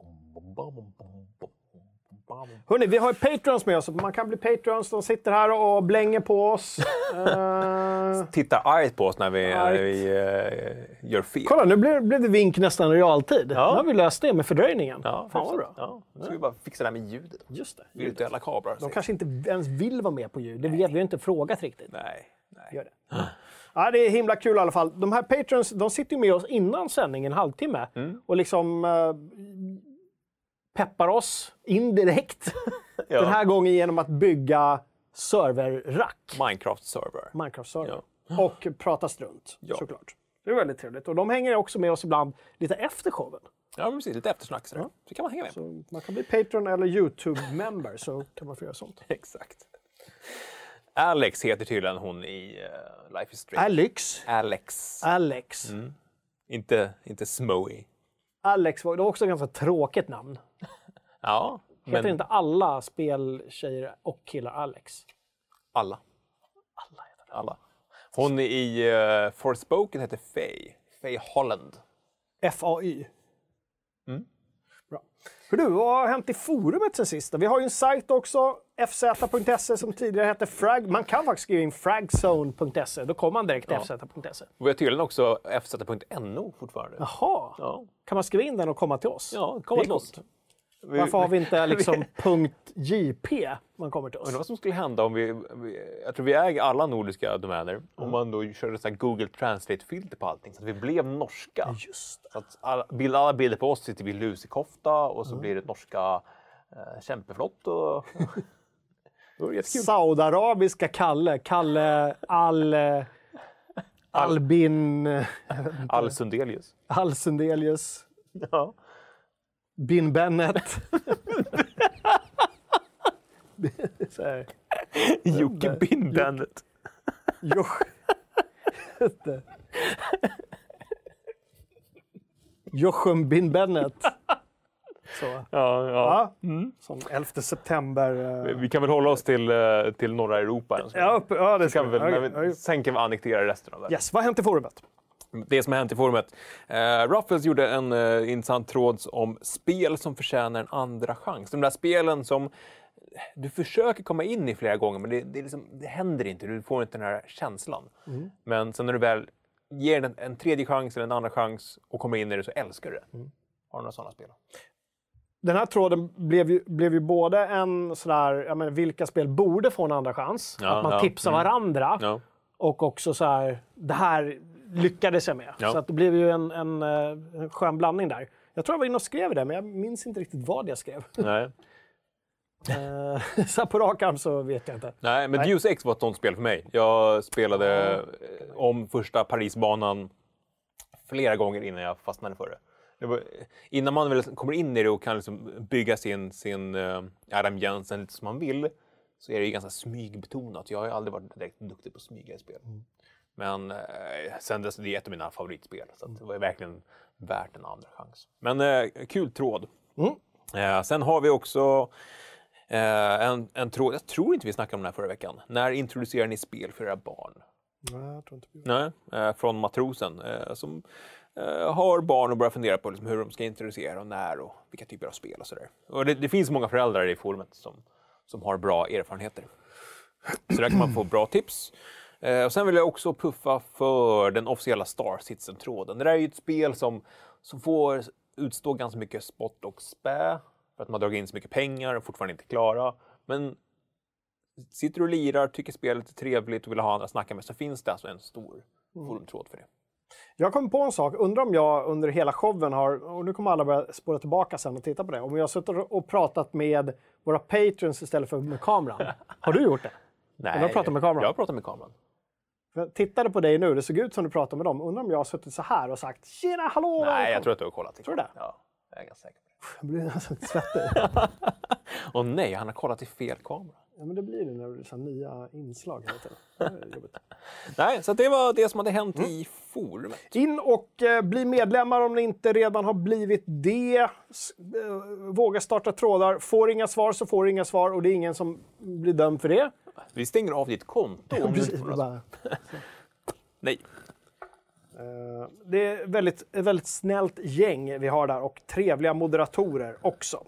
Hörrni, vi har ju Patrons med oss. Man kan bli Patrons. De sitter här och blänger på oss. Eh, Tittar argt på oss när vi, när Argt. vi eh, gör fel. kolla, nu blev, blev det vink nästan i realtid. Ja. Nu har vi löst det med fördröjningen. Ja, Fan vad bra. Ja, nu ska vi bara fixa det här med ljudet. Just det. Virtuella kablar. De kanske inte ens vill vara med på ljud. Det vet vi ju inte frågat riktigt. Nej, nej. Gör det. Ja, det är himla kul i alla fall. De här patrons, de sitter ju med oss innan sändningen en halvtimme Mm. och liksom eh, peppar oss indirekt. Ja. Den här gången genom att bygga serverrack, Minecraft-server. Minecraft-server. Och prata strunt, Ja. såklart. Det är väldigt trevligt. Och de hänger också med oss ibland lite efter showen. Ja, men precis. Lite eftersnack. Så så kan man hänga med. Så man kan bli Patreon eller YouTube-member, så kan man få göra sånt. Exakt. Alex heter tydligen hon i uh, Life is Strange. Alex. Alex. Alex. Inte, inte Smoey. Alex var det var också ett ganska tråkigt namn. Ja, Heter men inte alla speltjejer och killar Alex? alla. Alla heter det. alla. Hon i uh, Forspoken heter Faye. Faye Holland. F A Y. Mm. Bra. Hur du, vad har hänt i forumet sen sist? Vi har ju en sajt också, f z punkt se, som tidigare hette Frag. Man kan faktiskt skriva in fragzone punkt se. Då kommer man direkt till f z punkt se. Och vi har tydligen också f z punkt no fortfarande. Jaha. Ja, Kan man skriva in den och komma till oss? ja Det komma är till oss. coolt. Vi- Varför har vi inte liksom .jp man kommer till oss? Undrar vad som skulle hända om vi, vi... Jag tror vi äger alla nordiska domäner. Om man då körde så här Google Translate-filter på allting. Så att vi blev norska. Just det. Så att alla, bild, alla bilder på oss sitter vi i lusekofta och så blir det norska eh, kämpeflott. Och... Då är det jättekul. Saudiarabiska Kalle. Kalle Al... Albin... Al Sundelius. Al Sundelius. Ja. Bin Bennett. Så här. Jocke Bindbandet. Jo. Inte. Jochen Bin Bennett. Så. Ja, ja. Ja. Som elfte september. eh. Vi kan väl hålla oss till, eh, till norra Europa. än så länge. Ja, uppe, ja, det Så kan vi väl, Okej, när vi, okej. sen kan vi annektera resten av världen. Yes, vad har hänt i forumet? Det som har hänt i forumet. Eh, Ruffles gjorde en eh, intressant tråd om spel som förtjänar en andra chans. De där spelen som du försöker komma in i flera gånger, men det, det, är liksom, det händer inte. Du får inte den här känslan. Mm. Men sen när du väl ger den en tredje chans eller en andra chans och kommer in i det så älskar du det. Mm. Har du några sådana spel? Den här tråden blev ju, blev ju både en sådär, jag menar, vilka spel borde få en andra chans? Ja, att man ja, tipsar mm. varandra. Ja. Och också så här, det här lyckades jag med. Ja. Så att det blev ju en, en, eh, en skön blandning där. Jag tror jag var inne och skrev det, men jag minns inte riktigt vad jag skrev. Nej. Eh, så på rak arm så vet jag inte. Nej, men Nej. Deus Ex var ett sånt spel för mig. Jag spelade eh, om första Parisbanan flera gånger innan jag fastnade för det. Det var, innan man väl kommer in i det och kan liksom bygga sin, sin uh, Adam Jensen lite som man vill, så är det ju ganska smygbetonat. Jag har ju aldrig varit direkt duktig på att smyga i spel. Mm. Men uh, sen dess, det är ett av mina favoritspel. Så att det var ju verkligen värt en andra chans. Men uh, kul tråd. Mm. Eh, sen har vi också eh, en, en tråd, jag tror inte vi snackade om den här förra veckan. När introducerar ni spel för era barn? Nej, jag tror inte vi... Nej, eh, från matrosen eh, som eh, har barn och börjar fundera på liksom, hur de ska introducera och när och vilka typer av spel och sådär. Och det, det finns många föräldrar i forumet som, som har bra erfarenheter. Så där kan man få bra tips. Eh, och sen vill jag också puffa för den officiella Star Citizen-tråden. Det där är ju ett spel som, som får utstå ganska mycket spott och spä för att man har dragit in så mycket pengar och fortfarande inte klara. Men sitter du och lirar, tycker spelet är trevligt och vill ha andra att snacka med, så finns det alltså en stor forumtråd för det. Jag kom på en sak, undrar om jag under hela showen har, och nu kommer alla börja spåra tillbaka sen och titta på det, om jag har suttit och pratat med våra patrons istället för med kameran. Har du gjort det? Nej, Eller har du pratat med kameran? Jag har pratat med kameran. Jag tittade på dig nu, det såg ut som du pratade med dem. Undrar om jag har suttit så här och sagt tjena, hallå! Nej, välkommen." jag tror att du har kollat. Tror du det? Ja, jag är ganska säker på det. Jag blir nästan svettig. Och nej, han har kollat i fel kamera. Ja, men det blir det när det är så här nya inslag hela tiden. Det är jobbigt. Nej, så det var det som hade hänt mm. i forumet. In och eh, bli medlemmar om ni inte redan har blivit det. S- eh, våga starta trådar. Får inga svar så får inga svar och det är ingen som blir dömd för det. Vi stänger av ditt konto. Om Precis, du inte får vi bara, Nej. eh, det är väldigt, ett väldigt snällt gäng vi har där och trevliga moderatorer också.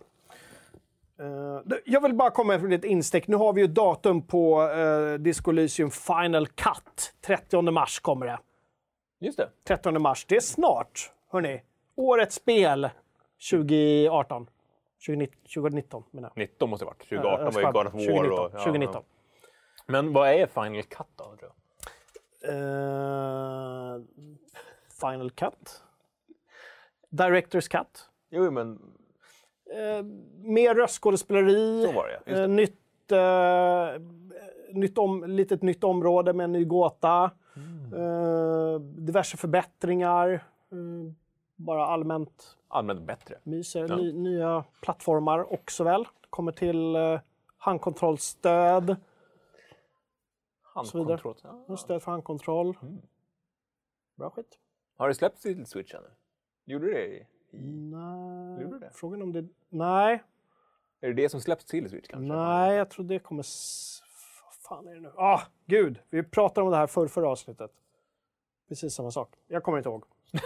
Uh, jag vill bara komma med ett instick. Nu har vi ju datum på uh, Disco Elysium Final Cut. trettionde mars kommer det. Just det. trettionde mars. Det är snart, hörni. Årets spel tjugo arton. tjugo nitton menar jag. nitton måste det varit. tjugo arton Uh, var ju God of War. tjugo nitton. Och, ja, tjugo nitton. Ja. Men vad är Final Cut då? Tror jag? Uh, Final Cut. Director's Cut. Jo, men... Uh, mer röstskådespeleri. Så var det, just det. Uh, nytt, uh, nytt om, litet nytt område med en ny gåta. Mm. Uh, diverse förbättringar. Uh, bara allmänt... Allmänt bättre. Myser. Ja. Ny, nya plattformar också väl. Kommer till uh, handkontrollstöd. Handkontroll. Ja. Stöd för handkontroll. Mm. Bra skit. Har det släppts till Switch än? Gjorde det i... Nej. Gjorde det? Frågan om det... Nej. Är det det som släpps till Switch kanske? Nej, jag tror det kommer... S... Vad fan är det nu? Ah, gud. Vi pratade om det här för förra avsnittet. Precis samma sak. Jag kommer inte ihåg.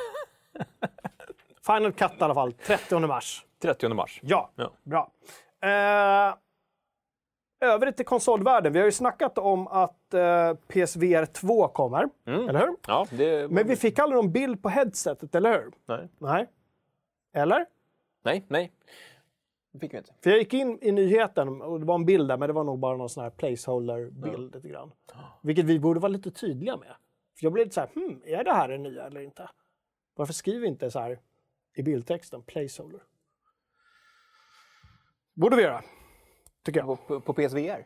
Final Cut i alla fall. trettionde mars. trettionde mars. Ja, Ja. bra. Eh, övrigt till konsolvärlden. Vi har ju snackat om att eh, P S V R två kommer. Mm. Eller hur? Ja, det... Men vi fick aldrig någon bild på headsetet, eller hur? Nej. Nej. Eller? Nej, nej. Det fick vi inte. För jag gick in i nyheten och det var en bild där, men det var nog bara någon sån här placeholder-bild lite grann. Vilket vi borde vara lite tydliga med. För jag blev lite så här, hmm, är det här en nya eller inte? Varför skriver vi inte så här i bildtexten, placeholder? Borde vi göra, tycker jag. På, på, på P S V R?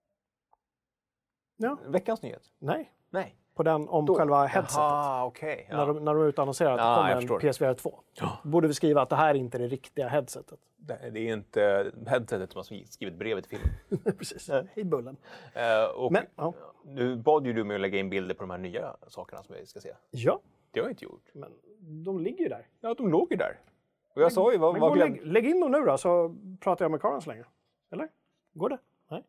Ja. Veckans nyhet? Nej, Nej. på den om Då. själva headsetet. Jaha, okej. När, Ja. de, när de utannonserar att Ja, det jag kommer en förstår. P S V R två. Borde vi skriva att det här är inte det riktiga headsetet. Det, det är inte headsetet som har skrivit brevet till filmen. Precis, hej bullen. Eh, och Men, ja. nu bad ju du mig att lägga in bilder på de här nya sakerna som vi ska se. Ja, Det har jag inte gjort. men de ligger ju där. Ja, de låg ju där. Och jag sa ju, vad, Men vad gå, glöm... lägg, lägg in dem nu då, så pratar jag med Karin så länge. Eller? Går det? Nej.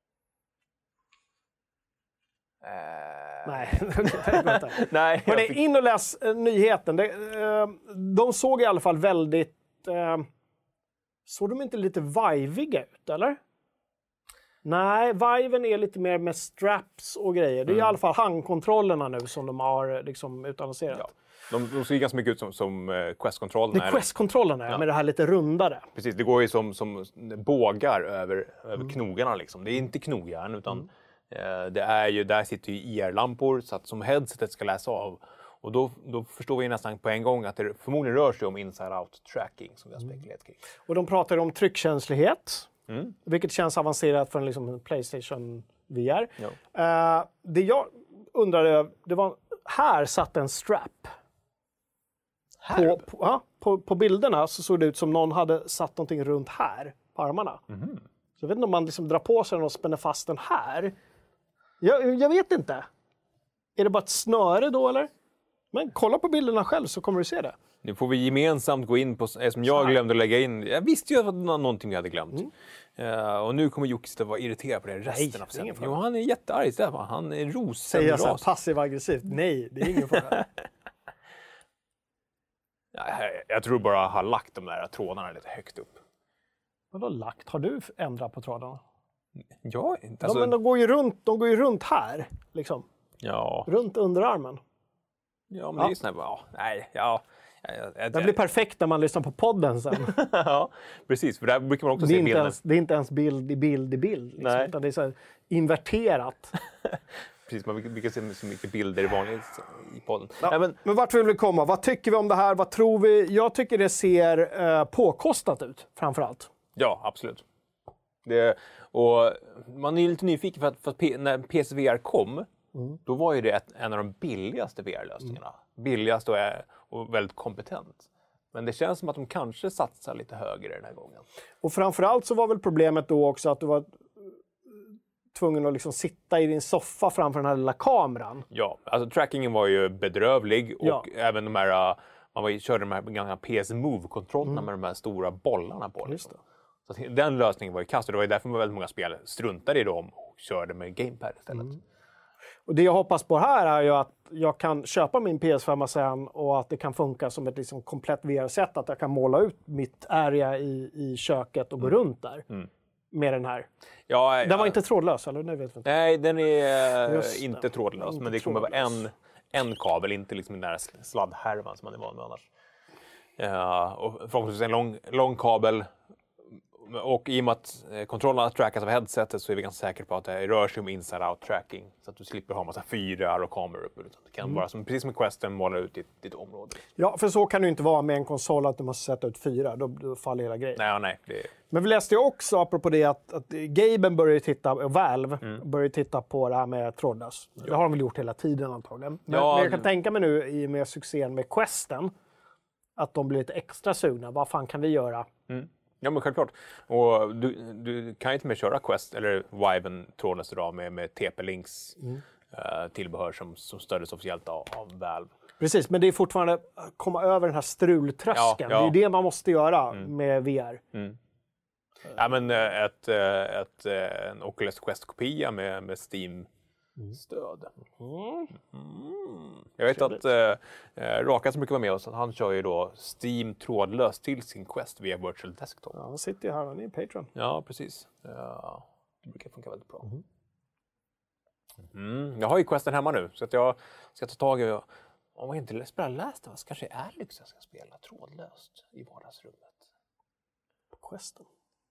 Eh, Nej, det går inte. Nej, jag Hörrni, fick... in och läs eh, nyheten. Det, eh, de såg i alla fall väldigt... Eh, såg de inte lite viviga ut, eller? Nej, viven är lite mer med straps och grejer. Det är Mm. i alla fall handkontrollerna nu som de har eh, liksom utannonserat. Ja. De, de ser ju ganska mycket ut som, som uh, Quest-kontrollerna. Det är Quest-kontrollerna, ja. Med det här lite rundare. Precis, det går ju som, som bågar över, över Mm. knogarna liksom. Det är inte knogjärn utan eh, det är ju, där sitter ju I R-lampor så att som headsetet ska läsa av. Och då, då förstår vi nästan på en gång att det förmodligen rör sig om inside-out tracking som vi har spekulerat kring. Och de pratar om tryckkänslighet. Mm. Vilket känns avancerat för en liksom Playstation V R. Ja. Uh, det jag undrade, det var här satt en strap. Här? På, på, ja, på, på bilderna så såg det ut som någon hade satt någonting runt här på armarna. Mm. Så jag vet inte om man liksom drar på sig den och spänner fast den här. Jag, jag vet inte. Är det bara ett snöre då eller? Men kolla på bilderna själv så kommer du se det. Nu får vi gemensamt gå in på, som jag glömde lägga in. Jag visste ju att det var någonting jag hade glömt. Mm. Uh, och nu kommer Jocke att vara irriterad på det resten Nej, av sändningen. Jo, han är jättearg. Han är rosen. Säger jag så här passiv-aggressivt? Nej, det är ingen fara. jag, jag tror bara jag har lagt de där trådarna lite högt upp. Vadå lagt? Har du ändrat på trådarna? Ja, inte. Alltså... Ja, men de går ju runt, de går ju runt här, liksom. Ja. Runt underarmen. Ja, men ja. Det är ju sån här, ja, nej, ja. Ja, ja, ja, det blir perfekt när man lyssnar på podden sen. Ja, precis. För där brukar man också det se bilden. ens, det är inte ens bild i bild i bild. Liksom, nej. Utan det är så här inverterat. Precis, man brukar se så mycket bilder i vanligt i podden. Ja, nej, men... men vart vill vi komma? Vad tycker vi om det här? Vad tror vi? Jag tycker det ser eh, påkostat ut, framförallt. Ja, absolut. Det, och man är lite nyfiken för att, för att P, när P S V R kom, mm. då var ju det ett, en av de billigaste V R-lösningarna. Mm. Billigast och, är, och väldigt kompetent. Men det känns som att de kanske satsar lite högre den här gången. Och framförallt så var väl problemet då också att du var tvungen att liksom sitta i din soffa framför den här lilla kameran. Ja, alltså trackingen var ju bedrövlig och ja. även de här, man var, körde de här gamla P S Move-kontrollerna mm. med de här stora bollarna på. Liksom. Så att den lösningen var ju kass och det var ju därför väldigt många spel struntade i dem och körde med gamepad istället. Mm. Och det jag hoppas på här är ju att jag kan köpa min P S fem sen och att det kan funka som ett liksom komplett V R-sätt. Att jag kan måla ut mitt area i, i köket och gå mm. runt där. Mm. Med den här. Ja, den ja. var inte trådlös, eller? Nej, vet inte. Nej, den är Just inte det. trådlös. Inte men det kommer vara en, en kabel, inte liksom den där sladdhärvan som man är van med annars. Ja, och förhoppningsvis en lång, lång kabel. Och i och med att kontrollerna trackas av headsetet så är vi ganska säkra på att det rör sig om inside-out tracking. Så att du slipper ha en massa fyrar och kameror uppe. Det kan mm. vara som, precis som Questen målar ut ditt, ditt område. Ja, för så kan det ju inte vara med en konsol att du måste sätta ut fyra. Då, då faller hela grejen. Nej, nej. Det... Men vi läste ju också, apropå det, att, att Gaben började titta, och Valve mm. började titta på det här med trådlös. Ja. Det har de väl gjort hela tiden antagligen. Men, ja. men jag kan tänka mig nu i och med succén med Questen att de blir lite extra sugna. Vad fan kan vi göra? Mm. Ja, men självklart. Och du, du kan ju inte mer köra Quest eller Viven trådlöst idag med, med T P-Links mm. uh, tillbehör som, som stöddes officiellt av, av Valve. Precis, men det är fortfarande att komma över den här strultröskeln. Ja, ja. Det är ju det man måste göra mm. med V R. Mm. Ja, men ett, ett, en Oculus Quest-kopia med, med Steam-stöd. Mm. Mm. Jag vet Trevligt. att äh, Raka som brukar vara med oss, han kör ju då Steam trådlöst till sin Quest via Virtual Desktop. Ja, han sitter ju här, han är Patreon. Ja, precis. Ja, det brukar funka väldigt bra. Mm. Mm. Jag har ju Questen hemma nu, så att jag ska ta tag i... Om jag inte spelar Last of Us, kanske är Alex jag ska spela trådlöst i vardagsrummet. På Questen?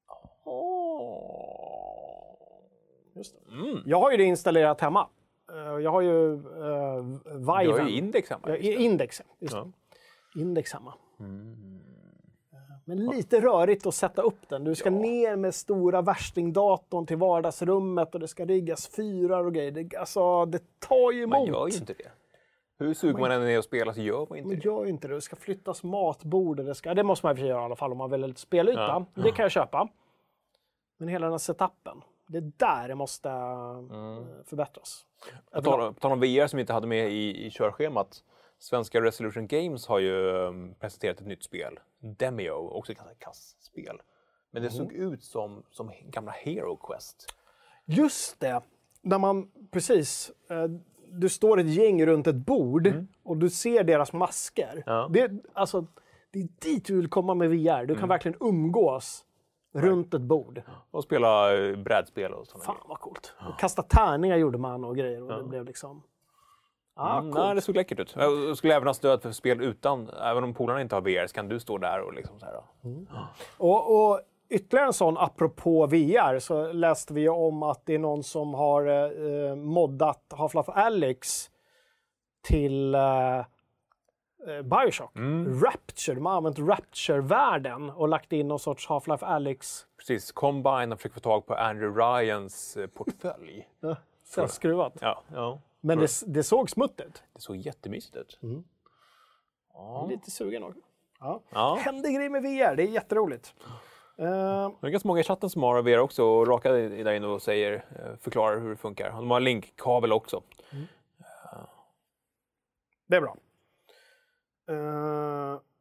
Oh. Just det. Mm. Jag har ju det installerat hemma. Jag har ju uh, Viven. Du har ju Index hemma. Jag, Index, just ja. Index hemma. Mm. Men lite rörigt att sätta upp den. Du ska ja. ner med stora värstingdatorn till vardagsrummet och det ska riggas fyrar och grejer. Det, alltså, det tar ju emot. Man gör ju inte det. Hur suger man än är att spela så gör man inte man det. Gör inte det. Det ska flyttas matbord. Det, ska, det måste man göra i alla fall om man vill lite spelyta. Ja. Det kan jag köpa. Men hela den här setupen. Det är där det måste mm. förbättras. På tal, på tal om V R som vi inte hade med i, i körschemat. Svenska Resolution Games har ju um, presenterat ett nytt spel. Demio, också ett ganska kass-spel. Men det mm. såg ut som, som gamla Hero Quest. Just det. När man, precis... Eh, du står ett gäng runt ett bord mm. och du ser deras masker. Ja. Det, alltså, det är dit du vill komma med V R. Du kan mm. verkligen umgås right. runt ett bord. Och spela brädspel och sådana Fan grejer. Vad coolt. Ja. Och kasta tärningar gjorde man och grejer. Och ja. det blev liksom... Ah, mm, nej, det såg läckert ut. Jag skulle även ha stöd för spel utan, även om polarna inte har V R, så kan du stå där och liksom så här. Mm. Och, och ytterligare en sån, apropå V R, så läste vi om att det är någon som har eh, moddat Half-Life Alyx till eh, Bioshock. Mm. Rapture, de har använt Rapture-världen och lagt in någon sorts Half-Life Alyx. Precis, Combine har försökt få tag på Andrew Ryans eh, portfölj. Ja, så skruvat. Ja, ja. Men det, det såg smutt ut. Det såg jättemysigt ut. Mm. Ja. Lite sugen också. Ja. Ja. Händer grejer med V R, det är jätteroligt. Uh, det är ganska många i chatten som har V R också och Raka är där inne och säger, förklarar hur det funkar. De har en linkkabel också. Mm. Uh. Det är bra. Uh,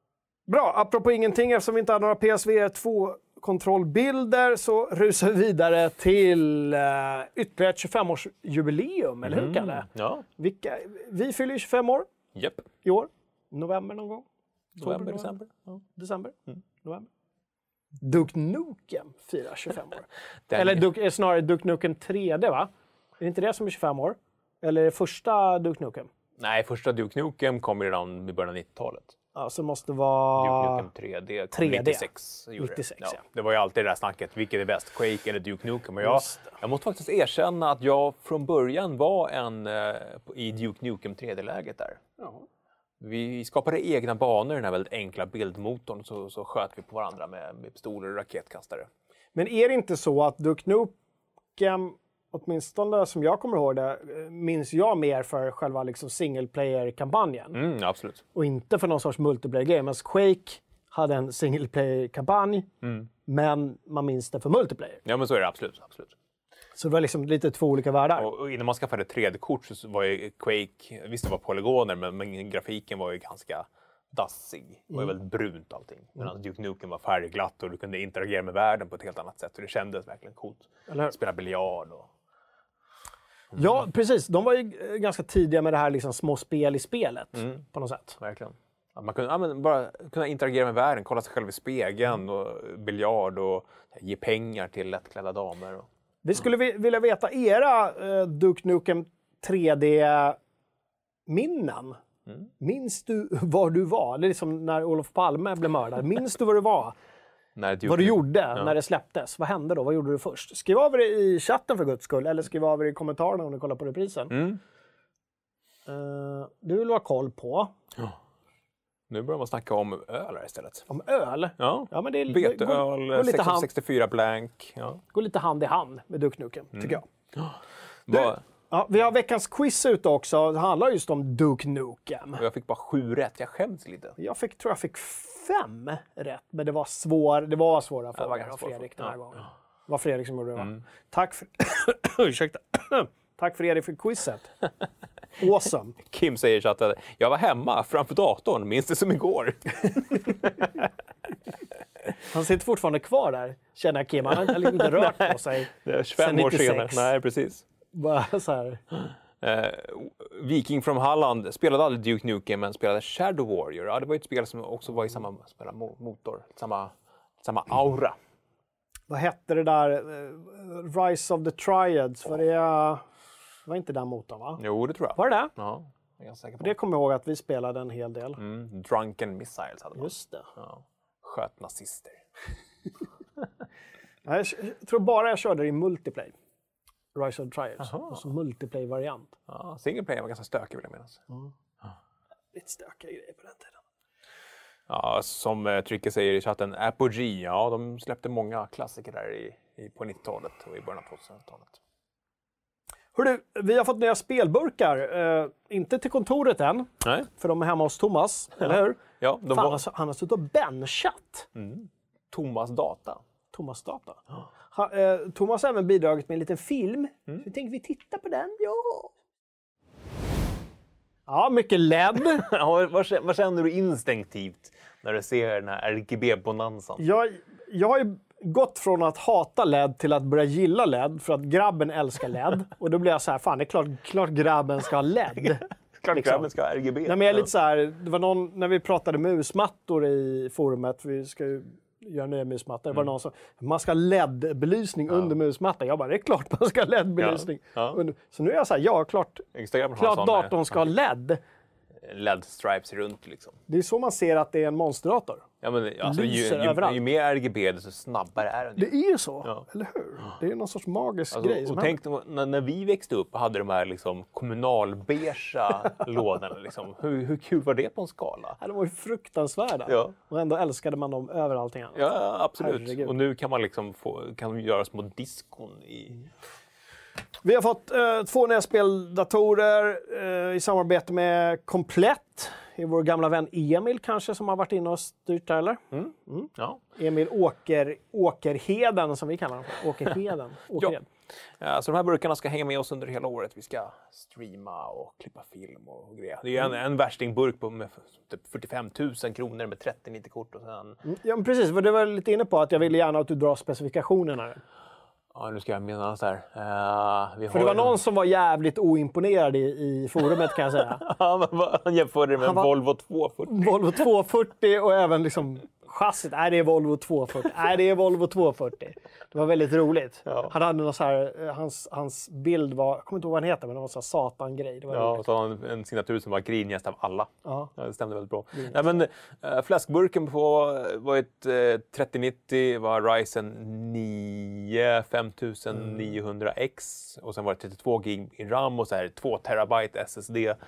Bra, apropå ingenting, eftersom vi inte har några P S V två-kontrollbilder så rusar vi vidare till uh, ytterligare ett tjugofem-årsjubileum, eller hur, Kalle? Ja. Vilka, vi fyller ju tjugofem år Japp. i år. November någon gång. November, december. Ja. December? Mm. November. Duke Nukem firar tjugofem år. Den- Eller Duke, snarare Duke Nukem tre D, va? Är det inte det som är tjugofem år? Eller är det första Duke Nukem? Nej, första Duke Nukem kom redan i början av nittiotalet. Ja, så måste Duke vara... Nukem tre D kom tre D. nittiosex. gjorde det. nittiosex, ja. Det var ju alltid det där snacket, vilket är bäst, Quake eller Duke Nukem? Och jag, Just det. jag måste faktiskt erkänna att jag från början var en eh, i Duke Nukem tre D-läget där. Ja. Vi skapade egna banor i den här väldigt enkla bildmotorn, så, så sköt vi på varandra med, med pistoler och raketkastare. Men är det inte så att Duke Nukem, åtminstone som jag kommer ihåg det, minns jag mer för själva liksom single player-kampanjen. Mm, absolut. Och inte för någon sorts multiplayer-grej. Men Quake hade en single player-kampanj, Mm. men man minns det för multiplayer. Ja, men så är det absolut. absolut. Så det var liksom lite två olika världar. Och, och innan man skaffade tre D-kort så var ju Quake, visst det var polygoner, men, men grafiken var ju ganska dassig. Det var ju väldigt brunt allting. Medan Duke Nukem var färgglatt och du kunde interagera med världen på ett helt annat sätt. Och det kändes verkligen coolt. Eller hur? Spela biljard och... Ja, precis. De var ju ganska tidiga med det här liksom små spel i spelet, Mm. på något sätt. Verkligen. Att man kunde ja, men bara kunna interagera med världen, kolla sig själv i spegeln och biljard och ge pengar till lättklädda damer. Och... Vi skulle vi- vilja veta era uh, Duke Nukem tre D-minnen. Mm. Minns du var du var? Eller liksom när Olof Palme blev mördad. Minns du vad du var? När Duke Vad du Nukem- gjorde Ja. när det släpptes? Vad hände då? Vad gjorde du först? Skriv av det i chatten för guds skull. Eller skriv av det i kommentarerna om ni kollar på reprisen. Mm. Uh, du vill ha koll på Nu börjar man snacka om öl här istället. om öl. Ja, Ja, men det är, veteöl, går, går, lite hand, sextiofyra blank. Ja. går lite hand i hand med Duke Nukem, tycker jag. Vad- Ja, vi har veckans quiz ute också. Det handlar just om Duke Nukem. Och jag fick bara sju rätt, jag skäms lite. Jag fick, tror jag fick fem rätt, men det var, svår, det var svåra frågor var ganska av svår Fredrik fråga. den här Ja. gången. Det var Fredrik som gjorde det, va? Mm. Tack för... Ursäkta. Tack Fredrik för quizet. Awesome. Kim säger i chatten, jag var hemma framför datorn, minns det som igår. Han sitter fortfarande kvar där, känner jag, Kim. Han har liksom inte rört på sig. Det är tjugofem år nittiosex. senare. Nej, precis. Bara så här. Eh, Viking från Halland spelade aldrig Duke Nukem, men spelade Shadow Warrior. Ja, det var ett spel som också var i samma spela mo- motor, samma, samma aura. Vad hette det där? eh, Rise of the Triads. Var det... Det var inte den motorn, va? Jo, det tror jag. Var det det? Ja, jag är ganska säker på. Det kommer jag ihåg att vi spelade en hel del. Mm, Drunken Missiles hade man. Just det. Ja. Sköt nazister. Jag jag tror bara jag körde det i multiplayer. Rise of the Triads. Alltså multiplayer-variant. Ja, single player var ganska stökig, vill jag minnas. Lite stökiga grejer på den tiden. Ja, som eh, Trycke säger i chatten, Apogee, ja, de släppte många klassiker där i, i, på nittiotalet och i början av tvåtusentalet. Hörru, vi har fått nya spelburkar. Uh, inte till kontoret än, Nej? för de är hemma hos Thomas. Eller hur? Ja, de Fan, var alltså, han har suttit och benchat Thomas Data. Thomas data. Ha, eh, Thomas har även bidragit med en liten film. Mm. Så vi tänkte vi titta på den. Ja, ja mycket L E D. Ja, vad, kä- vad känner du instinktivt när du ser den här R G B-bonanzan? jag, jag har ju gått från att hata L E D till att börja gilla L E D för att grabben älskar L E D. Och då blir jag så här, fan det är klart, klart grabben ska ha L E D. Klart liksom. grabben ska ha R G B. Nej, men jag är lite så här, det var någon, när vi pratade musmattor i forumet, vi ska ju göra nya musmattor, det var någon som, man ska ha L E D-belysning under musmattan. Jag bara, det är klart man ska ha L E D-belysning. Ja. Ja. Under. Så nu är jag så här, ja, klart, Instagram har klart sån, datorn ska ha L E D. L E D-stripes runt liksom. Det är så man ser att det är en monsterdator. Ja, men, alltså, ju, lyser ju, överallt. ju mer R G B desto snabbare är den. Det är ju så, Ja. eller hur? Det är någon sorts magisk Alltså, grej som och händer. tänk då, när, när vi växte upp och hade de här liksom, kommunalbeigea lådorna. Liksom. Hur, hur kul var det på en skala? Ja, de var ju fruktansvärda. Ja. Och ändå älskade man dem över allting annat. Ja, absolut. Herregud. Och nu kan man liksom få, kan göra små diskon i... Vi har fått eh, två nya speldatorer eh, i samarbete med Komplett. Det är vår gamla vän Emil kanske som har varit inne och styrt där, eller? Ja. Emil Åker, Åkerheden som vi kallar honom för. Åkerheden. Ja, Åkerhed. Ja, så de här burkarna ska hänga med oss under hela året. Vi ska streama och klippa film och grejer. Det är en, en värstingburk på med typ fyrtiofem tusen kronor med trettio nittio-kort och sen... Ja, men precis. För det var lite inne på att jag ville gärna att du drar specifikationerna. Ja, nu ska jag minnas här. Uh, vi För det var någon som var jävligt oimponerad i, i forumet kan jag säga. Ja, men han jämförde det med en var... Volvo tvåhundrafyrtio. Volvo tvåhundrafyrtio och även liksom chassit. Nej, det är Volvo tvåhundrafyrtio. Nej, det är Volvo tvåhundrafyrtio. Det var väldigt roligt. Ja. Han hade någon så här, hans, hans bild var, jag kommer inte ihåg vad han heter, men det var en sån här satan-grej. Det var ja, och så har han en signatur som var grinigast av alla. Ja. Ja, det stämde väldigt bra. Mm. Nej, men äh, fläskburken på var ett äh, trettio nittio, var Ryzen nio femtusen-niohundra X och sen var det trettiotvå gig i RAM och så här två terabyte S S D.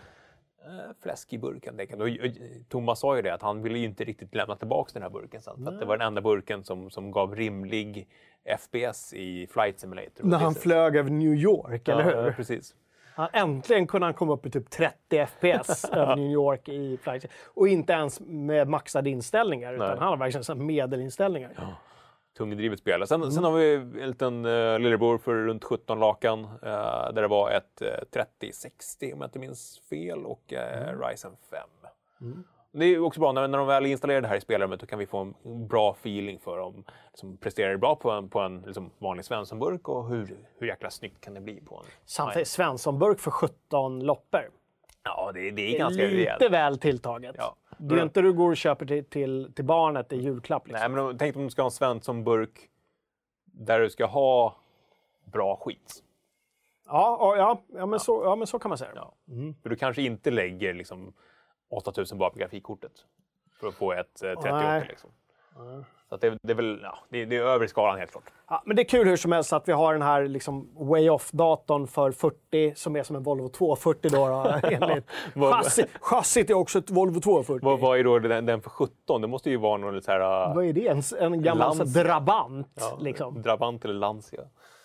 Fläsk i burken. Och Thomas sa ju det att han ville ju inte riktigt lämna tillbaka den här burken sen. För att det var den enda burken som, som gav rimlig F P S i Flight Simulator. När han flög över New York, ja, eller hur? Ja, precis. Han, äntligen kunde han komma upp i typ trettio F P S över New York i Flight. Och inte ens med maxade inställningar, utan Nej. han har verkligen så medelinställningar. Ja. Tungdrivet spel. Sen, mm. sen har vi en liten uh, lillebror för runt sjutton lakan uh, där det var ett uh, trettio sextio om jag inte minns fel och uh, mm. Ryzen fem. Mm. Det är också bra när, när de väl installerar det här i spelarummet, då kan vi få en bra feeling för om liksom, presterar det bra på en, på en liksom, vanlig Svenssonburk och hur, hur jäkla snyggt kan det bli på en... Samtidigt Svenssonburk för sjutton loppor. Ja, det, det är det ganska är lite rejält. väl tilltaget. Ja. Det är inte du går och köper till, till, till barnet i julklapp. Liksom. Nej, men tänk om du ska ha en Svensson-burk där du ska ha bra skit. Ja, ja, ja, men, ja. Så, ja men så kan man säga. Ja. Mm. För du kanske inte lägger liksom, åtta tusen bara på grafikkortet för att få ett eh, trettioåtta. Liksom. Mm. Så att det, det är väl ja, det, det är över skalan helt klart. Ja, men det är kul hur som helst att vi har den här liksom, way off-datorn för fyrtio som är som en Volvo tvåhundrafyrtio. Då, då, enligt. Chassi, chassit är också ett Volvo tvåhundrafyrtio. Vad, vad är då den, den för sjutton? Det måste ju vara någon så här... Uh, vad är det? En, en gammal så, Drabant? Ja, liksom. Drabant eller Lancia.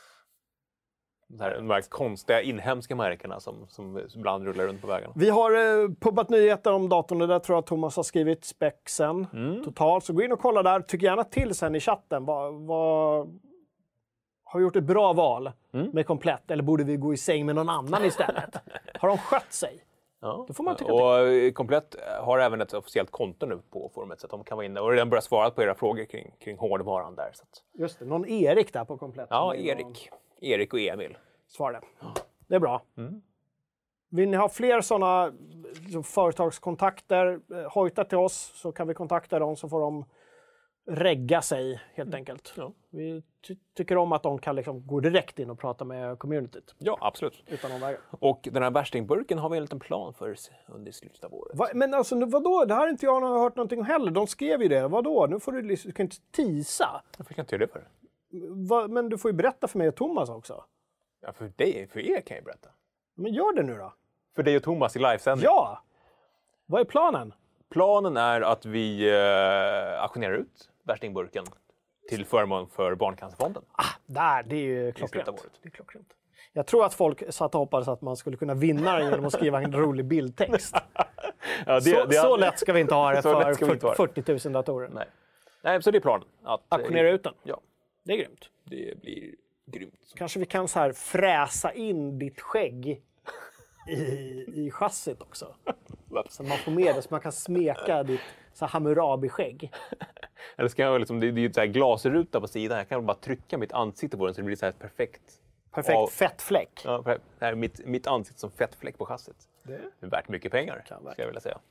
De här, de här konstiga inhemska märkena som, som ibland rullar runt på vägarna. Vi har eh, pubbat nyheter om datorn och där tror jag att Thomas har skrivit spexen mm. totalt. Så gå in och kolla där. Tyck gärna till sen i chatten. Vad, vad... Har vi gjort ett bra val mm. med komplett? Eller borde vi gå i säng med någon annan istället? Har de skött sig? Ja. Det får man tycka. Och Komplett har även ett officiellt konto nu på forumet så att de kan vara inne och redan börjat svara på era frågor kring, kring hårdvaran där. Så att... Just det, någon Erik där på Komplett. Ja, Erik. Någon... Erik och Emil. Svara. Det är bra. Mm. Vill ni ha fler sådana liksom, företagskontakter, hojta till oss så kan vi kontakta dem så får de regga sig helt mm. enkelt. Ja. Vi ty tycker om att de kan liksom, gå direkt in och prata med communityt. Ja, absolut. Utan någon vägar. Och den här värstingburken har vi en liten plan för under slutet av året. Va? Men alltså vadå? Det här har inte jag hört någonting om heller. De skrev ju det. Vadå? Nu får du, du kan inte tisa. Varför kan jag inte göra det för? Va? Men du får ju berätta för mig och Thomas också. Ja, för dig, för er kan jag berätta. Men gör det nu då. För dig och Thomas i livesändning. Ja! Vad är planen? Planen är att vi eh, auktionerar ut värstingburken till förmån för Barncancerfonden. Ah, där, det är ju klockrent. Det är klockrent. Jag tror att folk satt och hoppades att man skulle kunna vinna den genom att skriva en rolig bildtext. Ja, det, så, det, så lätt ska vi inte ha det för fyrtio tusen datorer. Nej. Nej, så det är planen. Att auktionera ut den. Ja. Det är grymt. Det blir grymt. Kanske vi kan så här fräsa in ditt skägg i, i chassit också. Så man får med det, så man kan smeka ditt så Hammurabi-skägg. Eller ska jag liksom, det är ju så här glasruta på sidan. Jag kan bara trycka mitt ansikte på den så det blir så här perfekt. Perfekt av, fettfläck. Ja, det här är mitt, mitt ansikte som fettfläck på chassit. Det är värt mycket pengar, kan ska jag vilja säga.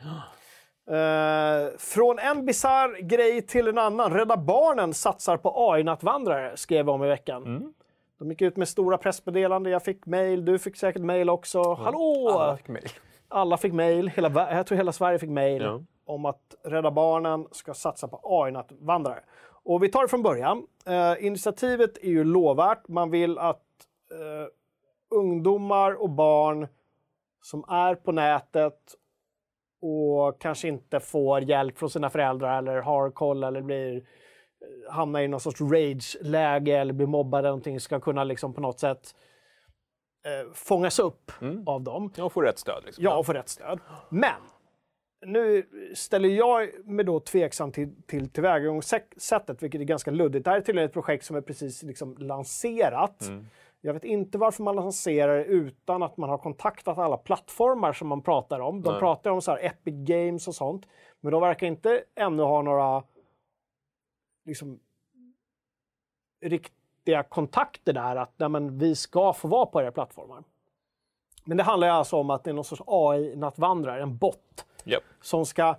Uh, från en bizarr grej till en annan. Rädda Barnen satsar på A I-nattvandrare, skrev om i veckan. Mm. De gick ut med stora pressmeddelanden. Jag fick mejl, du fick säkert mejl också. Mm. Hallå! Alla fick mejl. Alla fick mejl. Hela, jag tror hela Sverige fick mejl ja. om att Rädda Barnen ska satsa på A I-nattvandrare. Och vi tar det från början. Uh, initiativet är ju lovvärt. Man vill att uh, ungdomar och barn som är på nätet och kanske inte får hjälp från sina föräldrar eller har koll eller blir hamnar i någon sorts rage-läge eller blir mobbade eller någonting ska kunna liksom på något sätt eh, fångas upp mm. av dem. Ja, och få rätt stöd. Liksom. Ja, och få rätt stöd. Men nu ställer jag mig då tveksam till, till tillvägagångssättet, vilket är ganska luddigt. Det här är tydligen ett projekt som är precis liksom lanserat. Mm. Jag vet inte varför man lanserar det utan att man har kontaktat alla plattformar som man pratar om. De Nej. pratar om så här Epic Games och sånt. Men de verkar inte ännu ha några liksom, riktiga kontakter där. Att nej, men, vi ska få vara på era plattformar. Men det handlar alltså om att det är någon sorts A I-nattvandrare, en bot. Yep. Som ska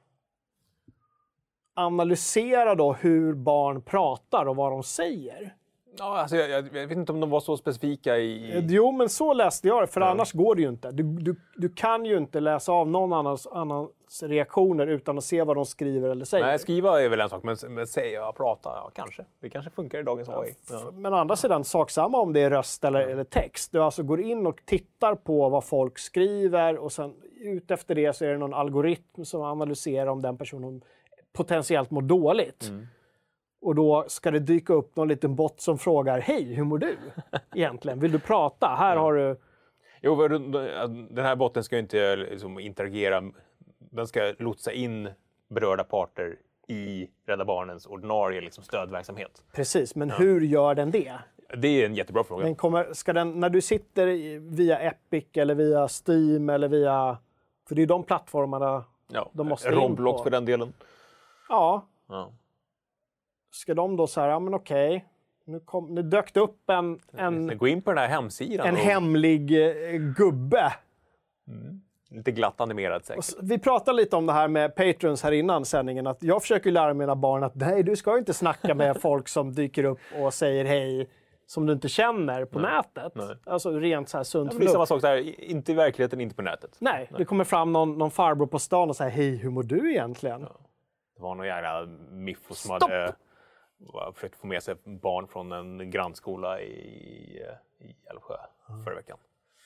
analysera då hur barn pratar och vad de säger. Ja, alltså jag, jag vet inte om de var så specifika i... Jo, men så läste jag det, för ja. annars går det ju inte. Du, du, du kan ju inte läsa av någon annans, annans reaktioner utan att se vad de skriver eller säger. Nej, skriva är väl en sak, men, men säga och prata, ja kanske. Det kanske funkar i dagens A I. Ja. Men å andra sidan, sak samma om det är röst eller, ja. eller text. Du alltså går in och tittar på vad folk skriver och sen ut efter det så är det någon algoritm som analyserar om den personen potentiellt mår dåligt. Mm. Och då ska det dyka upp någon liten bot som frågar hej, hur mår du egentligen? Vill du prata? Här har du... Jo, den här botten ska ju inte liksom interagera. Den ska lotsa in berörda parter i Rädda Barnens ordinarie liksom, stödverksamhet. Precis, men ja. hur gör den det? Det är en jättebra fråga. Den kommer, ska den, när du sitter via Epic eller via Steam eller via... För det är de plattformarna ja. de måste Roblox in på. för den delen. Ja. ja. Ska de då säga, ja men okej, nu, kom, nu dök det upp en... en Gå in på den här hemsidan. En och... hemlig eh, gubbe. Mm. Lite glatt animerad säkert. Så, vi pratade lite om det här med Patrons här innan sändningen. Att jag försöker lära mina barn att nej, du ska inte snacka med folk som dyker upp och säger hej som du inte känner på nej. nätet. Nej. Alltså rent så här sunt ja, det är samma sak så här, inte i verkligheten, inte på nätet. Nej, nej. Det kommer fram någon, någon farbror på stan och säger hej, hur mår du egentligen? Ja. Det var någon jävla miffo som Stopp! hade försökt få med sig barn från en grannskola i, i Älvsjö mm. förra veckan.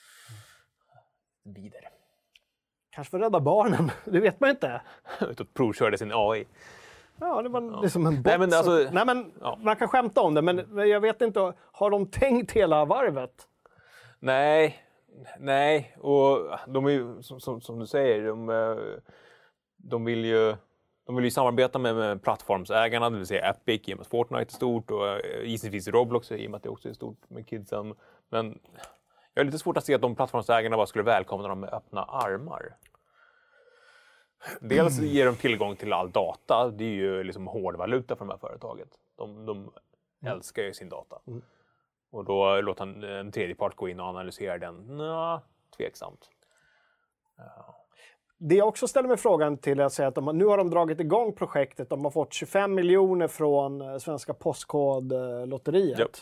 Bider. Kanske för Rädda Barnen, det vet man inte. Ut och provkörde sin A I. Ja, det var ja. liksom en bot. Nej, men alltså, som... Nej, men ja. man kan skämta om det, men jag vet inte, har de tänkt hela varvet? Nej, nej. Och de är ju, som, som, som du säger, de, de vill ju... De vill ju samarbeta med, med plattformsägarna, det vill säga Epic, i och med att Fortnite är stort och givetvis Roblox i och med att det också är stort med kidsen. Men jag har lite svårt att se att de plattformsägarna bara skulle välkomna dem med öppna armar. Dels ger de tillgång till all data, det är ju liksom hårdvaluta för de här företaget. De, de älskar ju sin data. Mm. Och då låter en, en tredje part gå in och analysera den, nja, tveksamt. Ja. Det jag också ställer mig frågan till är att säga att de, nu har de dragit igång projektet. De har fått tjugofem miljoner från Svenska Postkodlotteriet. Yep.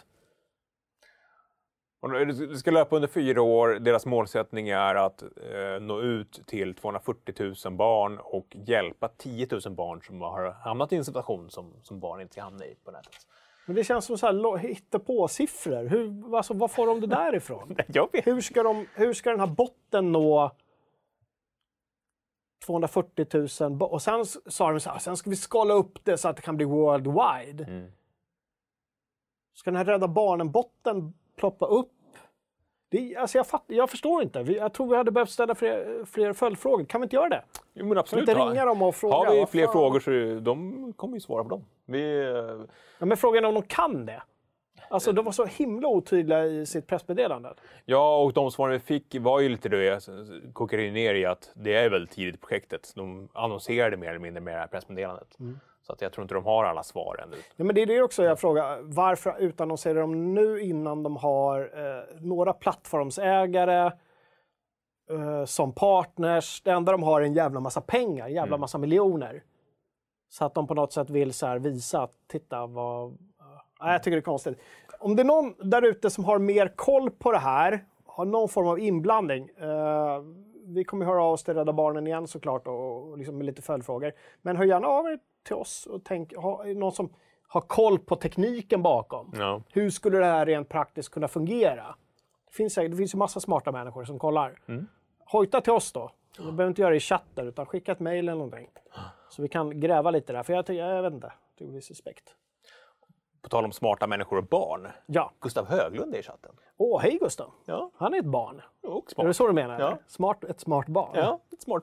Och det ska löpa under fyra år. Deras målsättning är att eh, nå ut till tvåhundrafyrtio tusen barn och hjälpa tio tusen barn som har hamnat i en situation som, som barn inte ska hamna i på nätet. Men det känns som så här, hitta på siffror. Hur, alltså, vad får de det därifrån? Jag vet. Hur ska, de, hur ska den här botten nå tvåhundrafyrtio tusen? Och sen sa de så här, sen ska vi skala upp det så att det kan bli worldwide. Mm. Ska den här Rädda Barnen-botten ploppa upp? Det, alltså jag, fatt, jag förstår inte. Vi, jag tror vi hade behövt ställa fler, fler följdfrågor. Kan vi inte göra det? Jo, men absolut. Kan vi inte ringa dem och fråga? Har vi fler frågor så de kommer ju svara på dem. Vi, ja, men frågan är om de kan det. Alltså de var så himla otydliga i sitt pressmeddelande. Ja, och de svaren vi fick var ju lite det, kokar ju ner i att det är väldigt tidigt i projektet. De annonserade mer eller mindre med det här pressmeddelandet. Mm. Så att jag tror inte de har alla svar ännu. Ja, men det är det också jag frågar. Varför utannonserar de nu innan de har eh, några plattformsägare eh, som partners? Det enda de har är en jävla massa pengar, en jävla mm. massa miljoner. Så att de på något sätt vill så här visa att titta vad... Ja, jag tycker det är konstigt. Om det är någon där ute som har mer koll på det här, har någon form av inblandning. Eh, vi kommer höra av oss till Rädda Barnen igen såklart och, och liksom med lite följdfrågor. Men hör gärna av er till oss och tänk, ha, någon som har koll på tekniken bakom. Ja. Hur skulle det här rent praktiskt kunna fungera? Det finns, det finns ju massa smarta människor som kollar. Mm. Hojta till oss då. Du behöver inte göra det i chatten utan skicka ett mejl eller någonting. Så vi kan gräva lite där. För jag, jag vet inte, det blir suspekt. På tal om smarta människor och barn. Ja. Gustav Höglund är i chatten. Åh, hej Gustav. Ja. Han är ett barn. Och smart. Är det så du menar? Ja. Smart, ett smart barn. Ja, ett smart barn.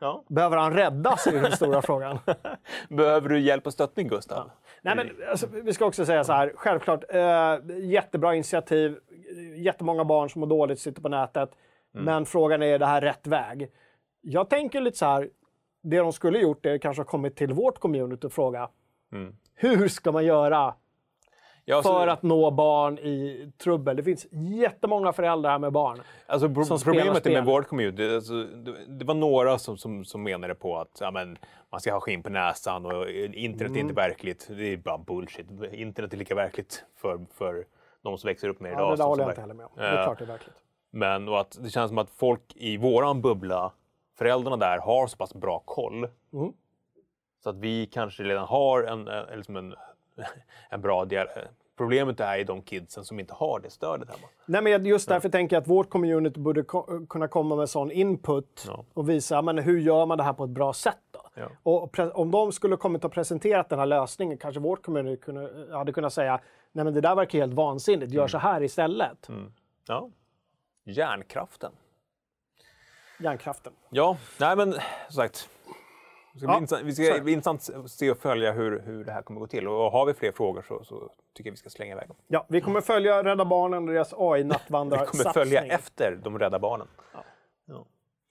Ja. Behöver han räddas är den stora frågan. Behöver du hjälp och stöttning, Gustav? Ja. Nej, men, alltså, vi ska också säga så här, självklart, eh, jättebra initiativ, jättemånga barn som mår dåligt sitter på nätet, mm. men frågan är, är det här rätt väg? Jag tänker lite så här, det de skulle gjort är kanske ha kommit till vårt community och fråga, mm. hur ska man göra ja, för så... att nå barn i trubbel? Det finns jättemånga föräldrar med barn. Alltså, pro- problemet med vårt community, alltså, det, det var några som, som, som menade på att ja, men, man ska ha skinn på näsan och internet mm. är inte verkligt. Det är bara bullshit. Internet är lika verkligt för, för de som växer upp med idag. Ja, det där håller jag som inte heller med om. Det är klart det är verkligt. Men och att det känns som att folk i våran bubbla, föräldrarna där, har så pass bra koll. Mm. Så att vi kanske redan har en, en, liksom en, en bra del. Problemet är ju de kidsen som inte har det stödet hemma. Nej, men just därför ja. tänker jag att vårt community borde ko- kunna komma med sån input ja. och visa men hur gör man det här på ett bra sätt då? Ja. Och pre- om de skulle kommit och presenterat den här lösningen, kanske vårt community kunde, hade kunnat säga nej men det där verkar helt vansinnigt, gör mm. så här istället. Mm. Ja. Hjärnkraften. Hjärnkraften. Ja, nej men som sagt. Det ska bli ja, vi ska bli intressant att se och följa hur, hur det här kommer gå till. Och har vi fler frågor så, så tycker jag vi ska slänga iväg dem. Ja, vi kommer följa Rädda Barnen och deras A I-nattvandrar. Vi kommer följa efter de Rädda Barnen. Ja. Ja.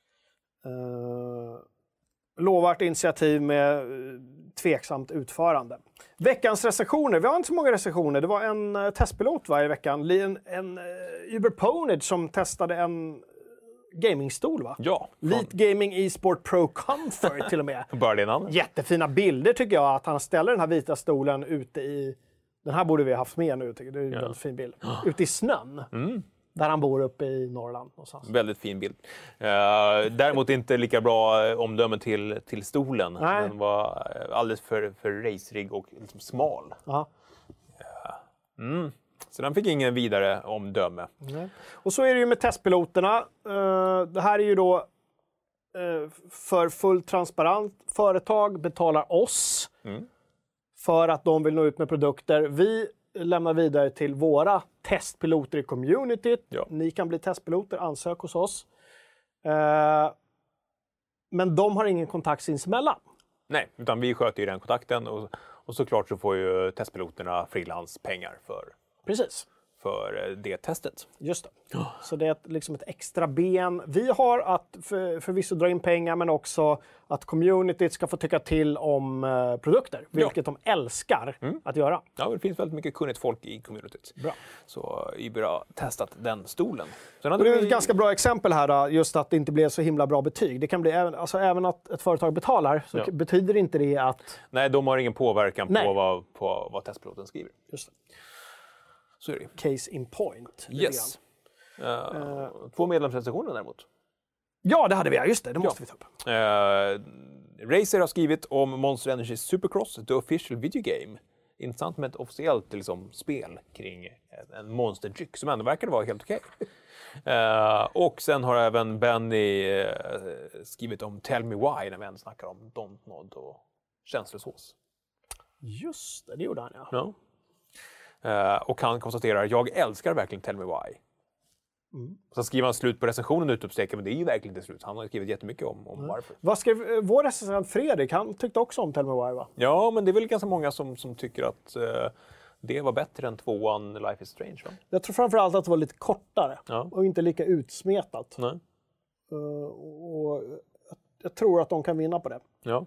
Uh, lovvärt initiativ med uh, tveksamt utförande. Veckans recensioner. Vi har inte så många recensioner. Det var en uh, testpilot varje veckan. En, en uh, Uber Ponage som testade en gamingstol, va? Ja. Elite Gaming eSport Pro Comfort till och med. Bara det namnet. Jättefina bilder tycker jag, att han ställer den här vita stolen ute i... Den här borde vi ha haft med nu, tycker jag. Det är en ja. väldigt fin bild. Ute i snön. Mm. Där han bor uppe i Norrland någonstans. Väldigt fin bild. Uh, däremot inte lika bra omdöme till, till stolen. Nej. Den var alldeles för, för racerig och liksom smal. Uh, mm. Så den fick ingen vidare omdöme. Nej. Och så är det ju med testpiloterna. Uh, det här är ju då uh, för fullt transparent. Företag betalar oss mm. för att de vill nå ut med produkter. Vi lämnar vidare till våra testpiloter i communityt. Ja. Ni kan bli testpiloter, ansök hos oss. Uh, men de har ingen kontakt sinsemellan. Nej, utan vi sköter ju den kontakten. Och, och såklart så får ju testpiloterna frilanspengar för Precis. för det testet. Just det. Oh. Så det är ett, liksom ett extra ben. Vi har att för, förvisso dra in pengar, men också att communityt ska få tycka till om uh, produkter. Vilket ja. de älskar mm. att göra. Ja, det finns väldigt mycket kunnigt folk i communityt. Bra. Så Uber har testat den stolen. Sen hade det är vi... ett ganska bra exempel här då, just att det inte blev så himla bra betyg. Det kan bli även, alltså även att ett företag betalar, så ja. betyder inte det att... Nej, de har ingen påverkan på vad, på vad testpiloten skriver. Just det. Så är det. Case in point. Yes. Uh, uh, två medlemsrecensioner däremot. Ja, det hade vi. Just det, det måste ja. vi ta upp. Uh, Razer har skrivit om Monster Energy Supercross, the official video game. Intressant med ett officiellt liksom, spel kring en monsterdryck som ändå verkar vara helt okej. Okay. Uh, och sen har även Benny uh, skrivit om Tell Me Why när vi ändå snackar om Dontnod och känslosås. Just det, det gjorde han ja. No. Uh, och han konstaterar, jag älskar verkligen Tell Me Why. Mm. Så skriver han slut på recensionen utropstecken, men det är ju verkligen inte slut. Han har skrivit jättemycket om, om mm. varför. Vad skrev uh, vår recensent Fredrik? Han tyckte också om Tell Me Why, va? Ja, men det är väl ganska många som, som tycker att uh, det var bättre än tvåan Life is Strange, va? Jag tror framförallt att det var lite kortare ja. och inte lika utsmetat. Nej. Uh, och jag tror att de kan vinna på det. Ja.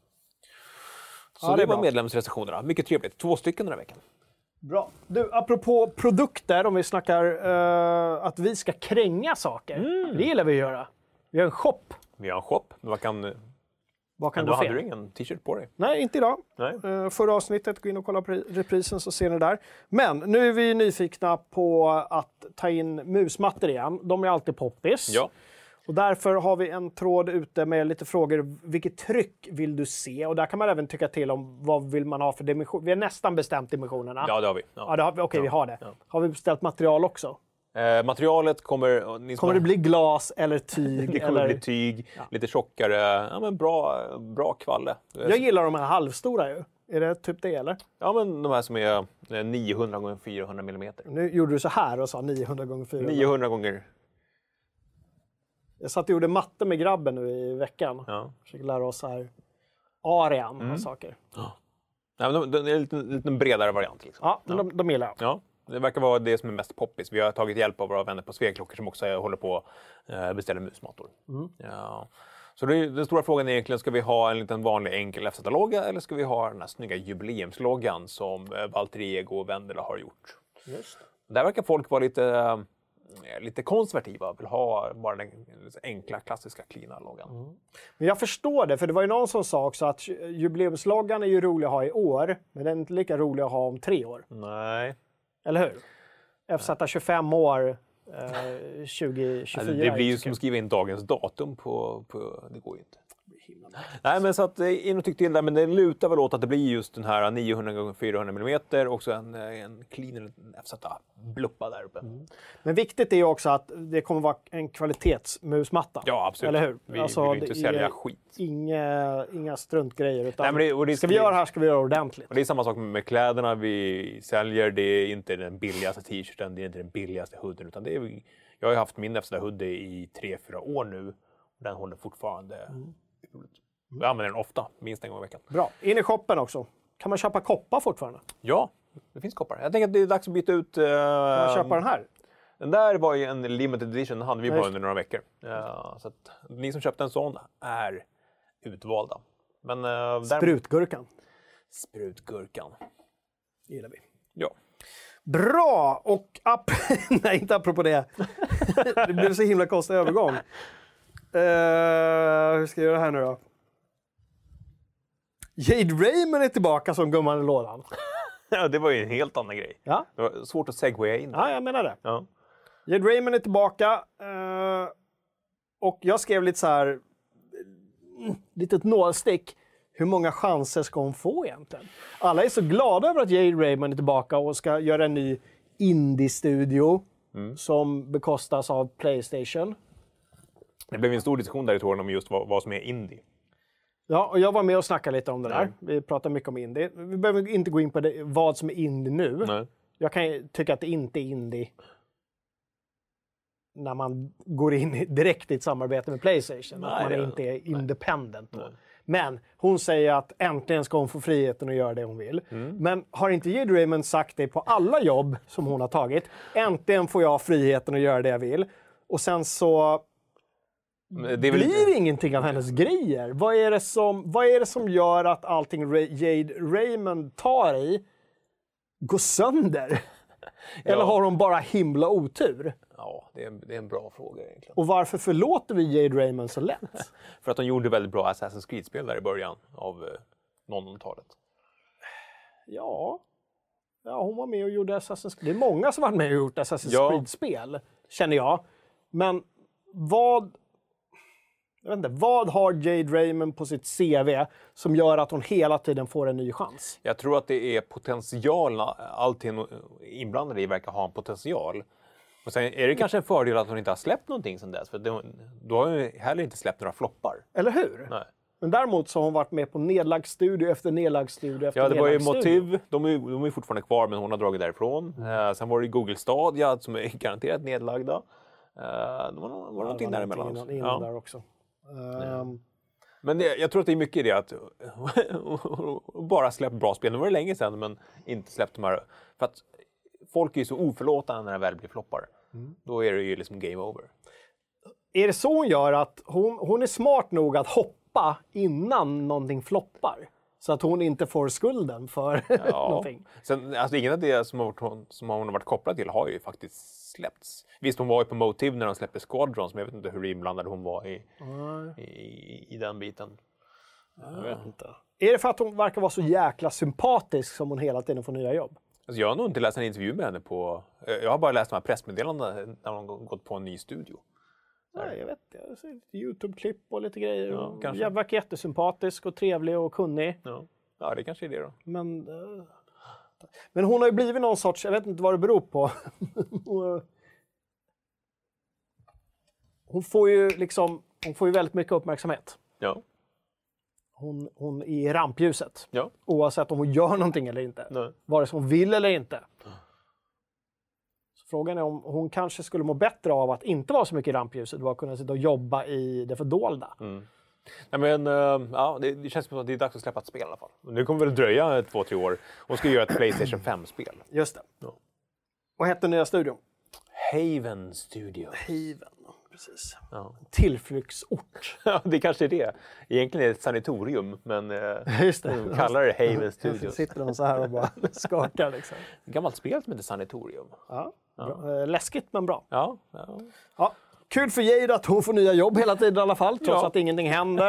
Så ja, det, det var bra. medlemsrecensionerna. Mycket trevligt. Två stycken den här veckan. Bra. Du, apropå produkter, om vi snackar uh, att vi ska kränga saker. Mm. Det gillar vi att göra. Vi har en shop. Vi har en shop. Men vad kan, vad kan men gå då fel? hade du ingen t-shirt på dig? Nej, inte idag. Nej. Uh, förra avsnittet, gå in och kolla på reprisen så ser ni där. Men nu är vi nyfikna på att ta in musmattor igen. De är alltid poppis. Ja. Och därför har vi en tråd ute med lite frågor. Vilket tryck vill du se? Och där kan man även tycka till om vad vill man ha för dimension. Vi har nästan bestämt dimensionerna. Ja, det har vi. Ja. Ja, det har vi. Okej, ja. vi har det. Ja. Har vi beställt material också? Eh, materialet kommer... Ni kommer det bli glas eller tyg? Det kommer eller... bli tyg, ja. lite tjockare. Ja, men bra, bra kvalle. Jag gillar de här halvstora ju. Är det typ det eller? Ja, men de här som är niohundra gånger fyrahundra millimeter. Nu gjorde du så här och sa niohundra gånger fyrahundra. niohundra gånger... Jag satt och gjorde matte med grabben nu i veckan. Ja. Försöker lära oss här arian Mm. och saker. Nej, men det är en lite, lite bredare variant. Liksom. Ja, men de, de gillar jag. Ja, det verkar vara det som är mest poppis. Vi har tagit hjälp av våra vänner på Sveklockor som också håller på att beställa musmator. Mm. Ja. Så det är, den stora frågan är egentligen, ska vi ha en liten vanlig enkel F Z-logga eller ska vi ha den här snygga jubileumsloggan som Walter Ego och Vendela har gjort? Just. Där verkar folk vara lite, lite konservativa och vill ha bara den enkla, klassiska, cleana loggan. Mm. Men jag förstår det, för det var ju någon som sa också att jubileumsloggan är ju rolig att ha i år, men den är inte lika rolig att ha om tre år. Nej. Eller hur? F Z tjugofem år, eh, tjugo tjugofyra. Alltså, det blir ju som att skriva in dagens datum på... på det går ju inte. Nej, men så att in och tyck till där, men det lutar väl åt att det blir just den här niohundra gånger fyrahundra millimeter och så en, en clean F Z-bluppa där uppe. Mm. Men viktigt är ju också att det kommer vara en kvalitetsmusmatta. Ja, absolut. Eller hur? Vi alltså, vill ju inte sälja skit. Inga, inga struntgrejer. Utan Nej, men det, och det, ska vi göra det här ska vi göra ordentligt. Och det är samma sak med kläderna vi säljer. Det är inte den billigaste t-shirten, det är inte den billigaste hooden. Utan det är, jag har ju haft min F Z-hoodie i tre, fyra år nu. Och den håller fortfarande... Mm. Jag använder den ofta, minst en gång i veckan. Bra. In i shoppen också. Kan man köpa koppar fortfarande? Ja, det finns koppar. Jag tänker att det är dags att byta ut... Uh, kan man köpa den här? Den där var ju en limited edition, den hade vi bara under några veckor. Uh, så att ni som köpte en sån är utvalda. Men, uh, Sprutgurkan. Sprutgurkan. Gillar vi. Ja. Bra! Och app... Nej, inte apropå det. Det blev så himla konstig övergång. Uh, hur ska jag göra här nu då? Jade Raymond är tillbaka som gumman i lådan. Ja, det var ju en helt annan grej. Ja? Det var svårt att segwaya in. Ja, jag menar det. Ja. Jade Raymond är tillbaka. Uh, och jag skrev lite så här... Mm, litet nålstick. Hur många chanser ska hon få egentligen? Alla är så glada över att Jade Raymond är tillbaka och ska göra en ny indie-studio mm. som bekostas av PlayStation. Det blev en stor diskussion där i tåren om just vad, vad som är indie. Ja, och jag var med och snackade lite om det där. Nej. Vi pratar mycket om indie. Vi behöver inte gå in på det, vad som är indie nu. Nej. Jag kan tycka att det inte är indie när man går in direkt i ett samarbete med PlayStation. Nej, att man det, inte är independent då. Nej. Men hon säger att äntligen ska hon få friheten att göra det hon vill. Mm. Men har inte Jade Raymond sagt det på alla jobb som hon har tagit? Äntligen får jag friheten att göra det jag vill. Och sen så... Det blir inte... ingenting av hennes grejer. Vad är, det som, vad är det som gör att allting Ray, Jade Raymond tar i går sönder? Ja. Eller har hon bara himla otur? Ja, det är, en, det är en bra fråga egentligen. Och varför förlåter vi Jade Raymond så lätt? För att hon gjorde väldigt bra Assassin's Creed-spel där i början av eh, nittonhundratalet. Ja. Ja, hon var med och gjorde Assassin's Creed. Det är många som har varit med och gjort Assassin's ja. Creed-spel, känner jag. Men vad... Jag vet inte, vad har Jade Raymond på sitt C V som gör att hon hela tiden får en ny chans? Jag tror att det är potential. Allting inblandade i verkar ha en potential. Och sen är det kanske en fördel att hon inte har släppt någonting sedan dess. För det, då har hon heller inte släppt några floppar. Eller hur? Nej. Men däremot så har hon varit med på nedlagd studio efter nedlagd studio efter Ja, det var ju studio. Motiv. De är, de är fortfarande kvar, men hon har dragit därifrån. Mm. Uh, sen var det Google Stadia som är garanterat nedlagda. Uh, det var, var ja, någonting det var däremellan någonting också. Innan, innan Ja. där också. Ja. Um, Men det, jag tror att det är mycket i det att bara släppt bra spel. Nu var det länge sedan, men inte släppt de här. För att folk är ju så oförlåtande när det väl blir floppar. Mm. Då är det ju liksom game over. Är det så hon gör att hon, hon är smart nog att hoppa innan någonting floppar? Så att hon inte får skulden för ja. någonting. Sen, alltså, ingen av det som, har varit, som hon har varit kopplad till har ju faktiskt släppts. Visst, hon var ju på Motive när de släppte Squadrons, men jag vet inte hur inblandad hon var i, mm. i, i den biten. Jag vet inte. Är det för att hon verkar vara så jäkla sympatisk som hon hela tiden får nya jobb? Alltså, jag har nog inte läst en intervju med henne på... Jag har bara läst de här pressmeddelandena när hon gått på en ny studio. Nej, jag vet inte. Jag ser lite YouTube-klipp och lite grejer. Ja, och jag verkar jättesympatisk och trevlig och kunnig. Ja, ja det kanske är det då. Men, uh, men hon har ju blivit någon sorts... Jag vet inte vad det beror på. Hon får ju liksom... Hon får ju väldigt mycket uppmärksamhet. Ja. Hon, hon är i rampljuset. Ja. Oavsett om hon gör någonting eller inte. Nej. Vare sig hon vill eller inte. Frågan är om hon kanske skulle må bättre av att inte vara så mycket i rampljuset och bara kunna sitta och jobba i det fördolda. Mm. Nej, men, uh, ja, det, det känns som att det är dags att släppa ett spel i alla fall. Nu kommer väl dröja två, tre år och ska göra ett PlayStation fem-spel. Just det. Ja. Vad heter nya studion? Haven Studios. Haven, precis. Ja. Tillflyktsort. Ja, det kanske är det. Egentligen är det ett sanatorium, men uh, Just det. de kallar det Haven Studios. Sitter de så här och bara skakar liksom. Ett gammalt spel som heter Sanatorium. Ja, ja. Läskigt men bra. Ja, ja. Ja. Kul för Jade att hon får nya jobb hela tiden i alla fall, trots Ja. att ingenting händer.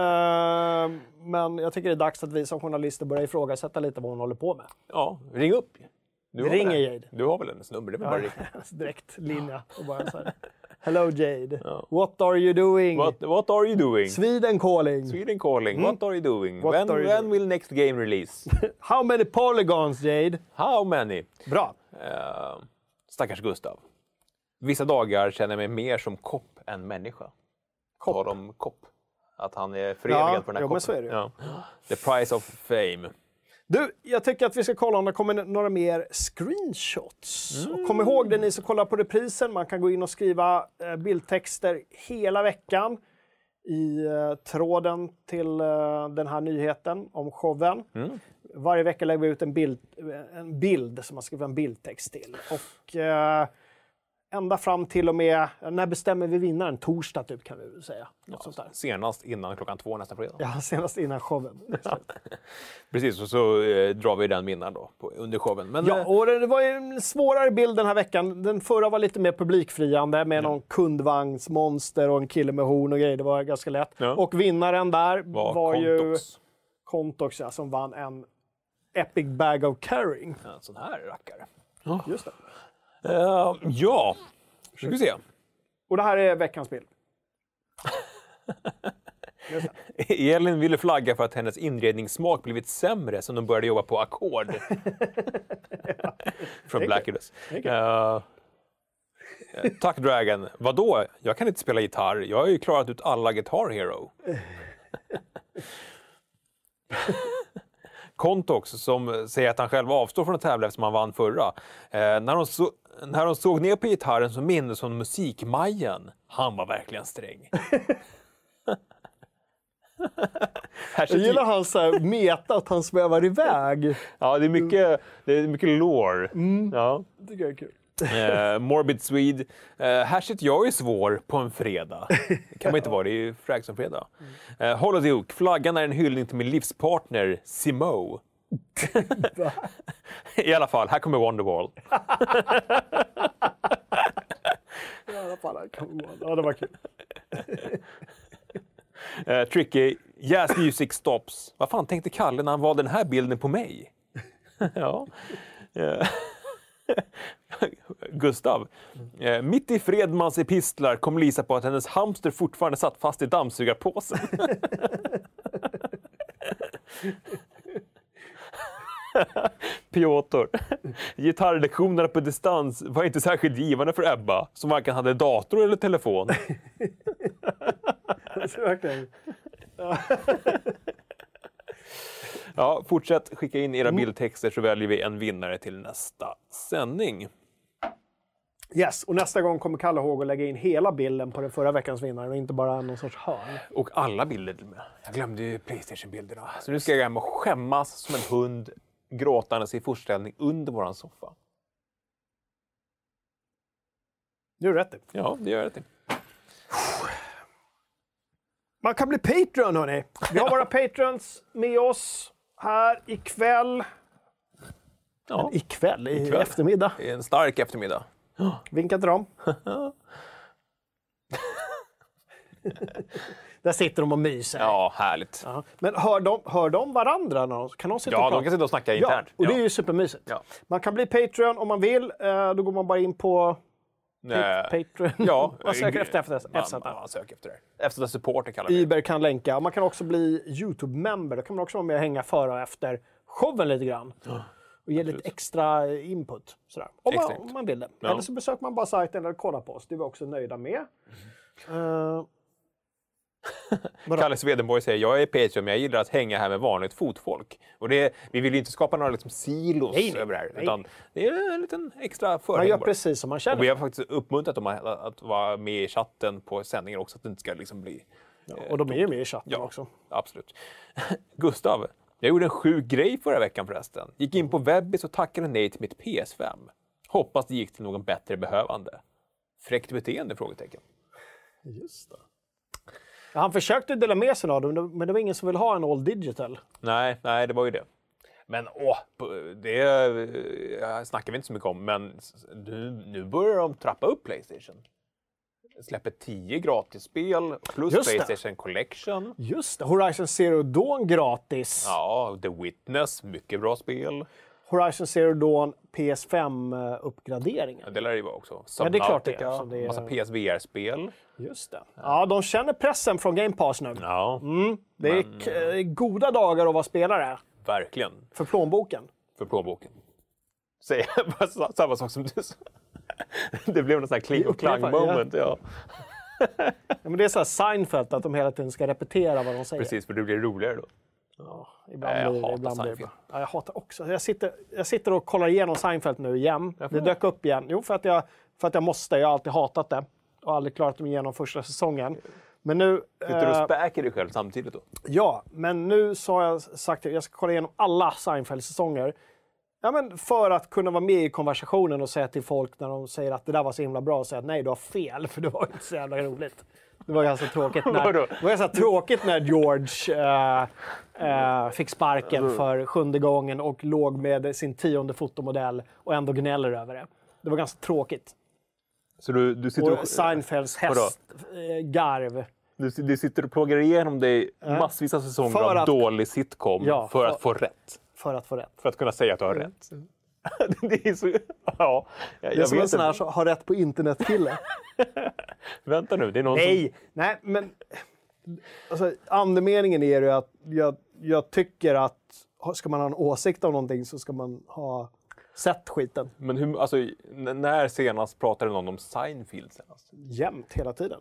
Uh, men jag tycker det är dags att vi som journalister börjar ifrågasätta lite vad hon håller på med. Ja, ring upp. Du Vi har ringer väl- Jade. Du har väl hennes nummer? Det är väl bara ringa. Direkt linja och bara så här. Hello Jade, Ja. what are you doing? What, what are you doing? Sweden calling. Sweden calling. What are you doing? What when are you when doing? will next game release? How many polygons Jade? How many? Bra. Uh, stackars Gustav. Vissa dagar känner jag mig mer som kopp än människa. Kopp? Tal om kopp. Att han är förevigad Ja, på den här jo, men koppen. så är det ju. Ja. The price of fame. Du, jag tycker att vi ska kolla om det kommer några mer screenshots. Mm. Och kom ihåg det ni som kollar på reprisen, man kan gå in och skriva eh, bildtexter hela veckan i eh, tråden till eh, den här nyheten om showen. Mm. Varje vecka lägger vi ut en bild, en bild som man skriver en bildtext till. Och eh, ända fram till och med, när bestämmer vi vinnaren? Torsdag typ kan vi väl säga. Något sånt där. Senast innan klockan två nästa fredag. Ja, senast innan showen. Precis, och så eh, drar vi den vinnaren då på, under showen. Men, Ja, eh, och det, det var ju en svårare bild den här veckan. Den förra var lite mer publikfriande med någon kundvagnsmonster och en kille med horn och grejer. Det var ganska lätt. Ja. Och vinnaren där var, var ju Contox. Contox, ja, som vann en Epic Bag of Carrying. En sån här rackare. Just det. Uh, ja, ska vi se. Och det här är veckans bild. Elin ville flagga för att hennes inredningssmak blivit sämre sen de började jobba på ackord. Från Blackidos. Uh, tack Dragon. Vadå? Jag kan inte spela gitarr. Jag har ju klarat ut alla Guitar Hero. Contox som säger att han själv avstår från att tävla eftersom han vann förra. Eh, när, de så, när de såg ner på gitarren så minns hon musikmajen. Han var verkligen sträng. Här Jag gillar hans så här meta, att han svävar iväg. Ja, det är mycket, det är mycket lore. Ja. Det tycker jag är kul. Eh, Morbid Swede. Eh, här sitter jag ju svår på en fredag. Det kan man inte vara, det är ju Fragson-fredag. Eh, Holoduke. Flaggan är en hyllning till min livspartner Simo. I alla fall, här kommer Wonderwall. I alla fall, här kan man- ja, det var kul. Eh, tricky. Jazz music stops. Vad fan tänkte Kalle när han valde den här bilden på mig? Ja. Eh, Gustav. Eh, mitt i Fredmans epistlar kom Lisa på att hennes hamster fortfarande satt fast i dammsugarpåsen. Piotr. Gitarrlektionerna på distans var inte särskilt givande för Ebba, som varken hade dator eller telefon. Så verkligen. Ja, fortsätt skicka in era bildtexter så väljer vi en vinnare till nästa sändning. Yes, och nästa gång kommer Kalle ihåg att lägga in hela bilden på den förra veckans vinnare och inte bara någon sorts hörn. Och alla bilder till med. Jag glömde ju PlayStation-bilderna. Så nu ska jag hem och skämmas som en hund gråtandes i fosterställning under våran soffa. Du är rätt i. Ja, det gör jag det. Man kan bli Patreon, hörni. Vi har våra Patrons med oss här ikväll. Ja, Ikväll, i Ikväll. eftermiddag. det är en stark eftermiddag. Vinka till dem. Där sitter de och myser. Ja, härligt. Ja. Men hör de, hör de varandra? När de, kan de sitta Ja, och de prata? kan sitta och snacka Ja, internt. och det är Ja. ju supermysigt. Ja. Man kan bli Patreon om man vill. Eh, Då går man bara in på Nej. Patreon. Ja. Man söker efter F Z. Man, man, man söker efter det. F Z Supporter kallar vi det. Iber kan länka. Man kan också bli YouTube-member. Då kan man också vara med och hänga före och efter showen lite grann. Och ge lite extra input. Sådär. Om, man, Exakt. om man vill det. Ja. Eller så besöker man bara sajten eller kollar på oss. Det är vi också nöjda med. Eh, Kalle Swedenborg säger, jag är Patreon men jag gillar att hänga här med vanligt fotfolk. Och det, vi vill ju inte skapa några liksom silos Nej, nej, över det här. nej. Utan det är en liten extra fördel. Man gör bara. precis som man känner. Och vi har faktiskt uppmuntrat dem att, att vara med i chatten på sändningar också, att det inte ska liksom bli... Ja, och de är ju med i chatten Ja, också. absolut. Gustav, jag gjorde en sjuk grej förra veckan förresten. Gick in på Webbis och tackade nej till mitt P S fem. Hoppas det gick till någon bättre behövande. Fräckt beteende? Frågetecken. Just det. Ja, han försökte dela med sig av dem, men det var ingen som vill ha en all digital. Nej, nej, det var ju det. Men åh, det eh, snackar vi inte så mycket om, men nu, nu börjar de trappa upp PlayStation. Släpper tio gratisspel plus Just det. PlayStation Collection. Just det. Horizon Zero Dawn gratis. Ja, The Witness, mycket bra spel. Horizon Zero Dawn P S fem-uppgraderingen. Det lär det ju vara också. Ja, det är klart det är, Subnautica, så det är- massa P S V R-spel. Just det. Ja, de känner pressen från Game Pass nu. Ja, Mm. Det är Men- k- eh, goda dagar att vara spelare. verkligen. För plånboken. För plånboken. Säger jag bara sa- samma sak som du sa. Det blev någon sån här kling och klang upprepar, ja. moment. Ja. Ja, men det är så här Seinfeld, att de hela tiden ska repetera vad de säger. Precis, för det blir roligare då. Ja, ibland Nej, jag blir det, hatar ibland blir det Seinfeld. bra. Ja, jag hatar också. Jag sitter, jag sitter och kollar igenom Seinfeld nu igen. Varför Det då? dök upp igen. Jo, för att, jag, för att jag måste. Jag har alltid hatat det. Och aldrig klarat mig igenom första säsongen. Men nu... Sitter du och eh, späker dig själv samtidigt då? Ja, men nu så har jag sagt att jag ska kolla igenom alla Seinfeld-säsonger. Ja, men för att kunna vara med i konversationen och säga till folk när de säger att det där var så himla bra och säga att nej, du har fel, för det var inte så jävla roligt. Det var ganska tråkigt när, Vadå? det var ganska tråkigt när George eh, eh, fick sparken för sjunde gången och låg med sin tionde fotomodell och ändå gnäller över det. Det var ganska tråkigt. Så du, du, sitter och, Och Seinfelds Vadå? hästgarv. du, du sitter och plågar igenom dig massvis av säsonger För av att- dålig sitcom Ja, för för- att få rätt. För att få rätt. För att kunna säga att du har rätt. Det är så... Ja, jag, Det är jag som en vet sån här inte. som har rätt på internet-kille. Vänta nu, det är någon som... Nej, nej, men alltså, andemeningen är ju att jag, jag tycker att ska man ha en åsikt om någonting så ska man ha sett skiten Men hur, alltså, n- när senast pratade någon om Seinfeld senast? jämt hela tiden.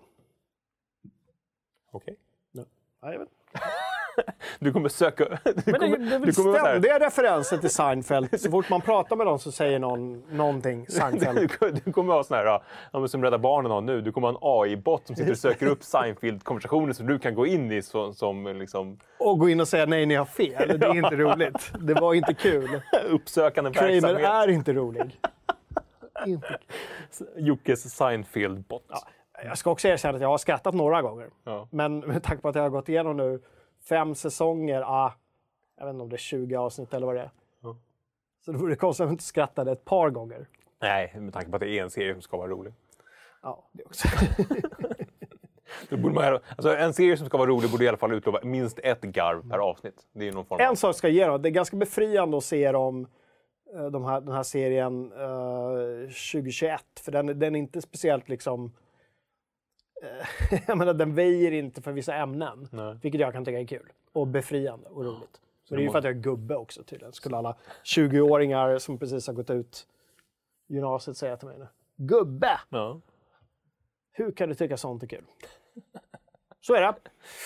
Okej. Ja, jag vet. Du kommer söka... Du Men det, kommer, det är du väl kommer vara så här- ständiga referenser till Seinfeld. Så fort man pratar med dem så säger någon någonting Seinfeld. Du, du kommer ha sån här, ja, men som Rädda Barnen har nu, du kommer ha en A I-bot som sitter och söker upp Seinfeld-konversationer som du kan gå in i som, som liksom, Och gå in och säga nej, ni har fel. Det är inte roligt. Det var inte kul. uppsökande Kramer verksamhet. är inte rolig. Inte. Jockes Seinfeld-bot. Jag ska också erkänna att jag har skrattat några gånger. Ja. Men med tanke på att jag har gått igenom nu fem säsonger, ah, jag vet inte om det är tjugo avsnitt eller vad det är. Ja. Så det vore konstigt om jag inte skrattade ett par gånger. Nej, med tanke på att det är en serie som ska vara rolig. Ja, det också. Då borde man, alltså, en serie som ska vara rolig borde i alla fall utlova minst ett garv per avsnitt. Det är någon form av... En sak ska jag ge dem. Det är ganska befriande att se dem, eh, de här, den här serien uh, tjugohundratjugoett. För den, den är inte speciellt liksom... eh, jag menar, den väjer inte för vissa ämnen. Nej. Vilket jag kan tycka är kul. Och befriande och roligt. Så det är ju för att jag är gubbe också tydligen. Skulle alla tjugo-åringar som precis har gått ut gymnasiet säga till mig nu. Gubbe! Ja. Hur kan du tycka sånt är kul? Så är det.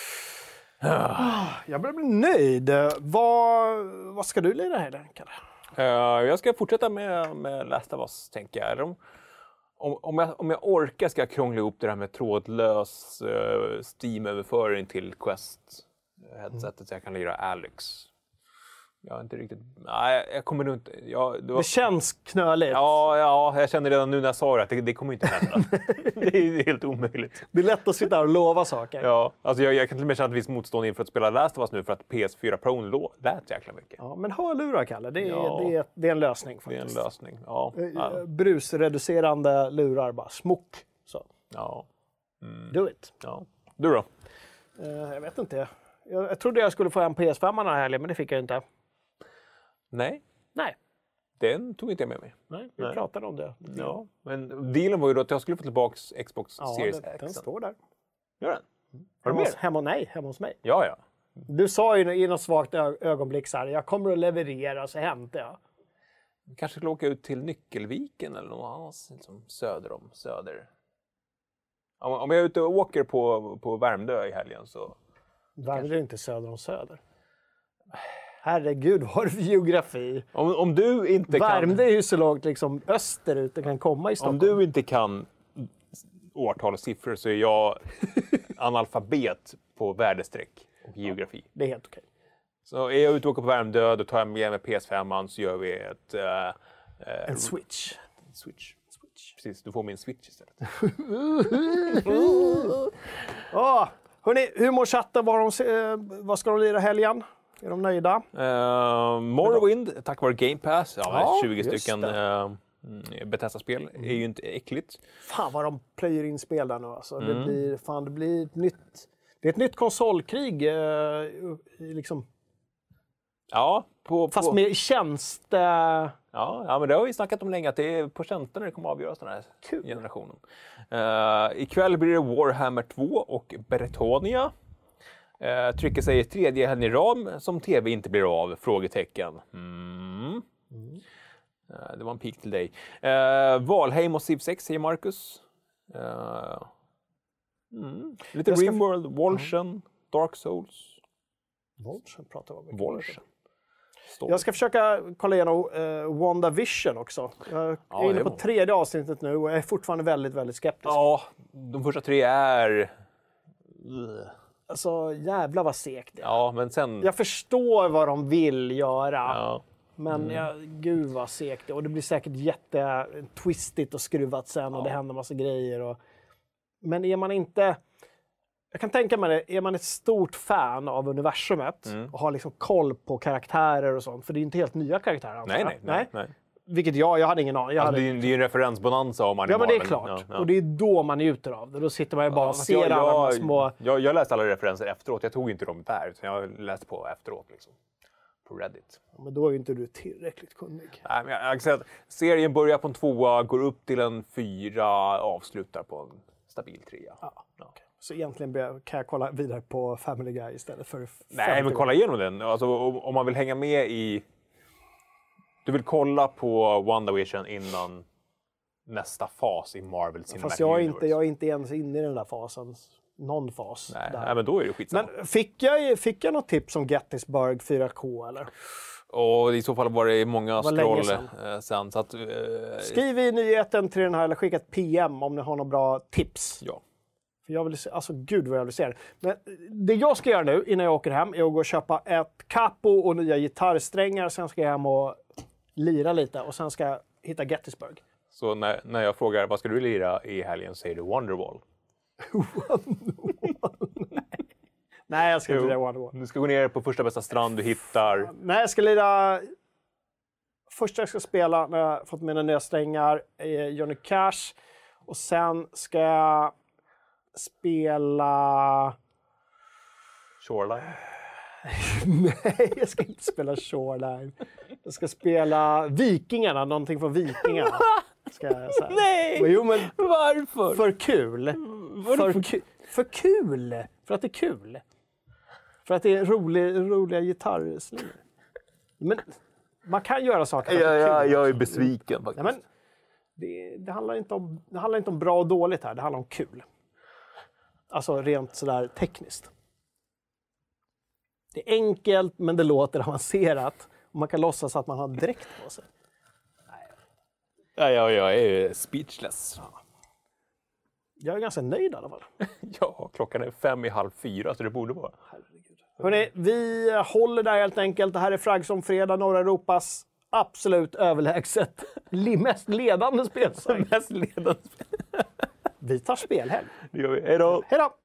Jag börjar bli nöjd. Vad, vad ska du lira helgen, Kalle? Uh, jag ska fortsätta med, med Last of Us, tänker jag. Om, om, om jag. Om jag orkar ska jag krångla ihop det här med trådlös uh, Steam-överföring till Quest-headsetet så jag kan lira Alex. Jag är inte riktigt... Nej, jag kommer nog inte... Jag, det var... Det känns knöligt. Ja, ja, jag känner redan nu när jag sa det att det, det kommer inte hända. Det är helt omöjligt. Det är lätt att sitta här och lova saker. Ja, alltså jag, jag kan till och med känna ett visst motstånd inför att spela Last of Us nu för att P S fyra Pro lå- lät jäkla mycket. Ja, men hörlurar, Kalle. Det är, Ja. det är, det är en lösning Det är en faktiskt. lösning. Ja, ja. Eh, Brusreducerande lurar, bara smock. Så, ja. do it. ja. Du då? Eh, jag vet inte. Jag, jag trodde jag skulle få en P S fem den här helgen, men det fick jag inte. Nej, Nej, den tog inte jag med mig. nej vi Nej. pratade om det. Ja, men dealen var ju då att jag skulle få tillbaka Xbox Ja, Series den, X. den står där. Gör den? Har du Hemma mer? hos, hemma, nej, hemma hos mig. Ja, ja. Du sa ju i något svagt ö- ögonblick så här, jag kommer att leverera, så hämtar jag. Kanske skulle åka ut till Nyckelviken eller någon annanstans liksom söder om Söder. Om, om jag är ute och åker på, på Värmdö i helgen så... Värmdö är inte söder om Söder. Herregud, vad har du för geografi? Om, om du inte Värmdö kan... är ju så långt liksom österut det kan komma i Stockholm. Om du inte kan årtal och siffror så är jag analfabet på värdestreck och geografi. Det är helt okej. Så är jag ute och åker på Värmdö, då tar jag med mig P S fem så gör vi ett... Uh, uh, En switch. Switch. Switch. Precis, du får min switch istället. oh, hörni, humorchatten, vad, har de, eh, vad ska de lira helgen? Är de nöjda? Uh, Morrowind, tack vare Game Pass. Ja, Ja, tjugo just stycken uh, Bethesda-spel är ju inte äckligt. Fan vad de plöjer in spel där nu alltså. Mm. Det blir, fan, det blir ett nytt... Det är ett nytt konsolkrig. Eh, liksom. Ja, på... Fast på... med tjänst... Eh... Ja, ja, men det har vi snackat om länge, att det är på tjänsterna det kommer att avgöras den här Kul. generationen. Uh, ikväll blir det Warhammer två och Bretonia. Uh, trycker sig i tredje helgen i rad som tv inte blir av? Frågetecken. Mm. Mm. Uh, det var en pik till dig. Uh, Valheim och Civ sex, säger Marcus. Uh, mm. Lite ska... Rimworld, Wolchen, mm. Dark Souls. Wolchen pratar vi om. Wolchen. Jag ska försöka kolla igenom uh, WandaVision också. Jag är ja, inne på tredje avsnittet nu och jag är fortfarande väldigt, väldigt skeptisk. Ja, de första tre är... Alltså, jävla vad segt det är. Ja, men sen... Jag förstår vad de vill göra. Ja. Men Mm. ja, gud vad segt det är. Och det blir säkert jätte twistigt och skruvat sen och Ja. det händer massa grejer. Och... Men är man inte... Jag kan tänka mig det, är man ett stort fan av universumet Mm. och har liksom koll på karaktärer och sånt, för det är inte helt nya karaktärer. antar Nej, jag. nej, nej. nej. Vilket jag, jag hade ingen aning. Jag Alltså, hade... det, är, det är ju en referensbonanza om man Ja, men det är Marvel. klart. Ja, ja. Och det är då man njuter av det. Då sitter man ju bara Ja, och fast ser jag, alla de jag, små... Jag, jag läste alla referenser efteråt. Jag tog inte dem där, utan jag läste på efteråt. Liksom. På Reddit. Men då är ju inte du tillräckligt kunnig. Nej, men jag, jag kan säga att serien börjar på en tvåa, går upp till en fyra, avslutar på en stabil trea. Ja, okay. Så egentligen kan jag kolla vidare på Family Guy istället för... Nej, men kolla igenom den. Alltså, om, om man vill hänga med i... Du vill kolla på WandaVision innan nästa fas i Marvel Cinematic Fast jag är, Universe. inte, jag är inte ens inne i den där fasen. Någon fas. Nej, där. nej, men då är det skitsamma. Men fick jag, fick jag något tips om Gettysburg fyra K eller? Och i så fall var det många var länge scroll sedan. eh, sen. Så att, eh, Skriv i nyheten till den här eller skicka ett P M om ni har några bra tips. Ja. För jag vill se, alltså gud vad jag vill se det. Men det jag ska göra nu innan jag åker hem är att gå och köpa ett capo och nya gitarrsträngar. Sen ska jag hem och lira lite och sen ska jag hitta Gettysburg. Så när, när jag frågar vad ska du lira i helgen säger du Wonderwall. Nej, jag ska inte Jo. lira Wonderwall. Du ska gå ner på första bästa strand du hittar. Nej, jag ska lira... Första jag ska spela när jag fått mina nya strängar är Johnny Cash. Och sen ska jag spela... Shoreline. Nej, jag ska inte spela Shoreline. Jag ska spela Vikingarna, någonting från Vikingarna. Ska jag säga. Nej! Men, jo, men Varför? för kul. För, ku- för kul. För att det är kul. För att det är rolig, roliga gitarrslingor. Men man kan göra saker för att Ja, det är ja, kul. jag är besviken faktiskt. Nej, men det, det, handlar inte om, det handlar inte om bra och dåligt här, det handlar om kul. Alltså rent sådär tekniskt. Det är enkelt, men det låter avancerat. Och man kan låtsas att man har dräkt på sig. Ja, ja, jag är speechless. Jag är ganska nöjd i alla fall. Ja, klockan är fem i halv fyra, så det borde vara. Hörrni, vi håller där helt enkelt. Det här är Fraggson Fredag, norra Europas absolut överlägset mest ledande spelsajt. Mest ledande. Vi tar spelhelg. Det gör vi. Hej då! Hej då!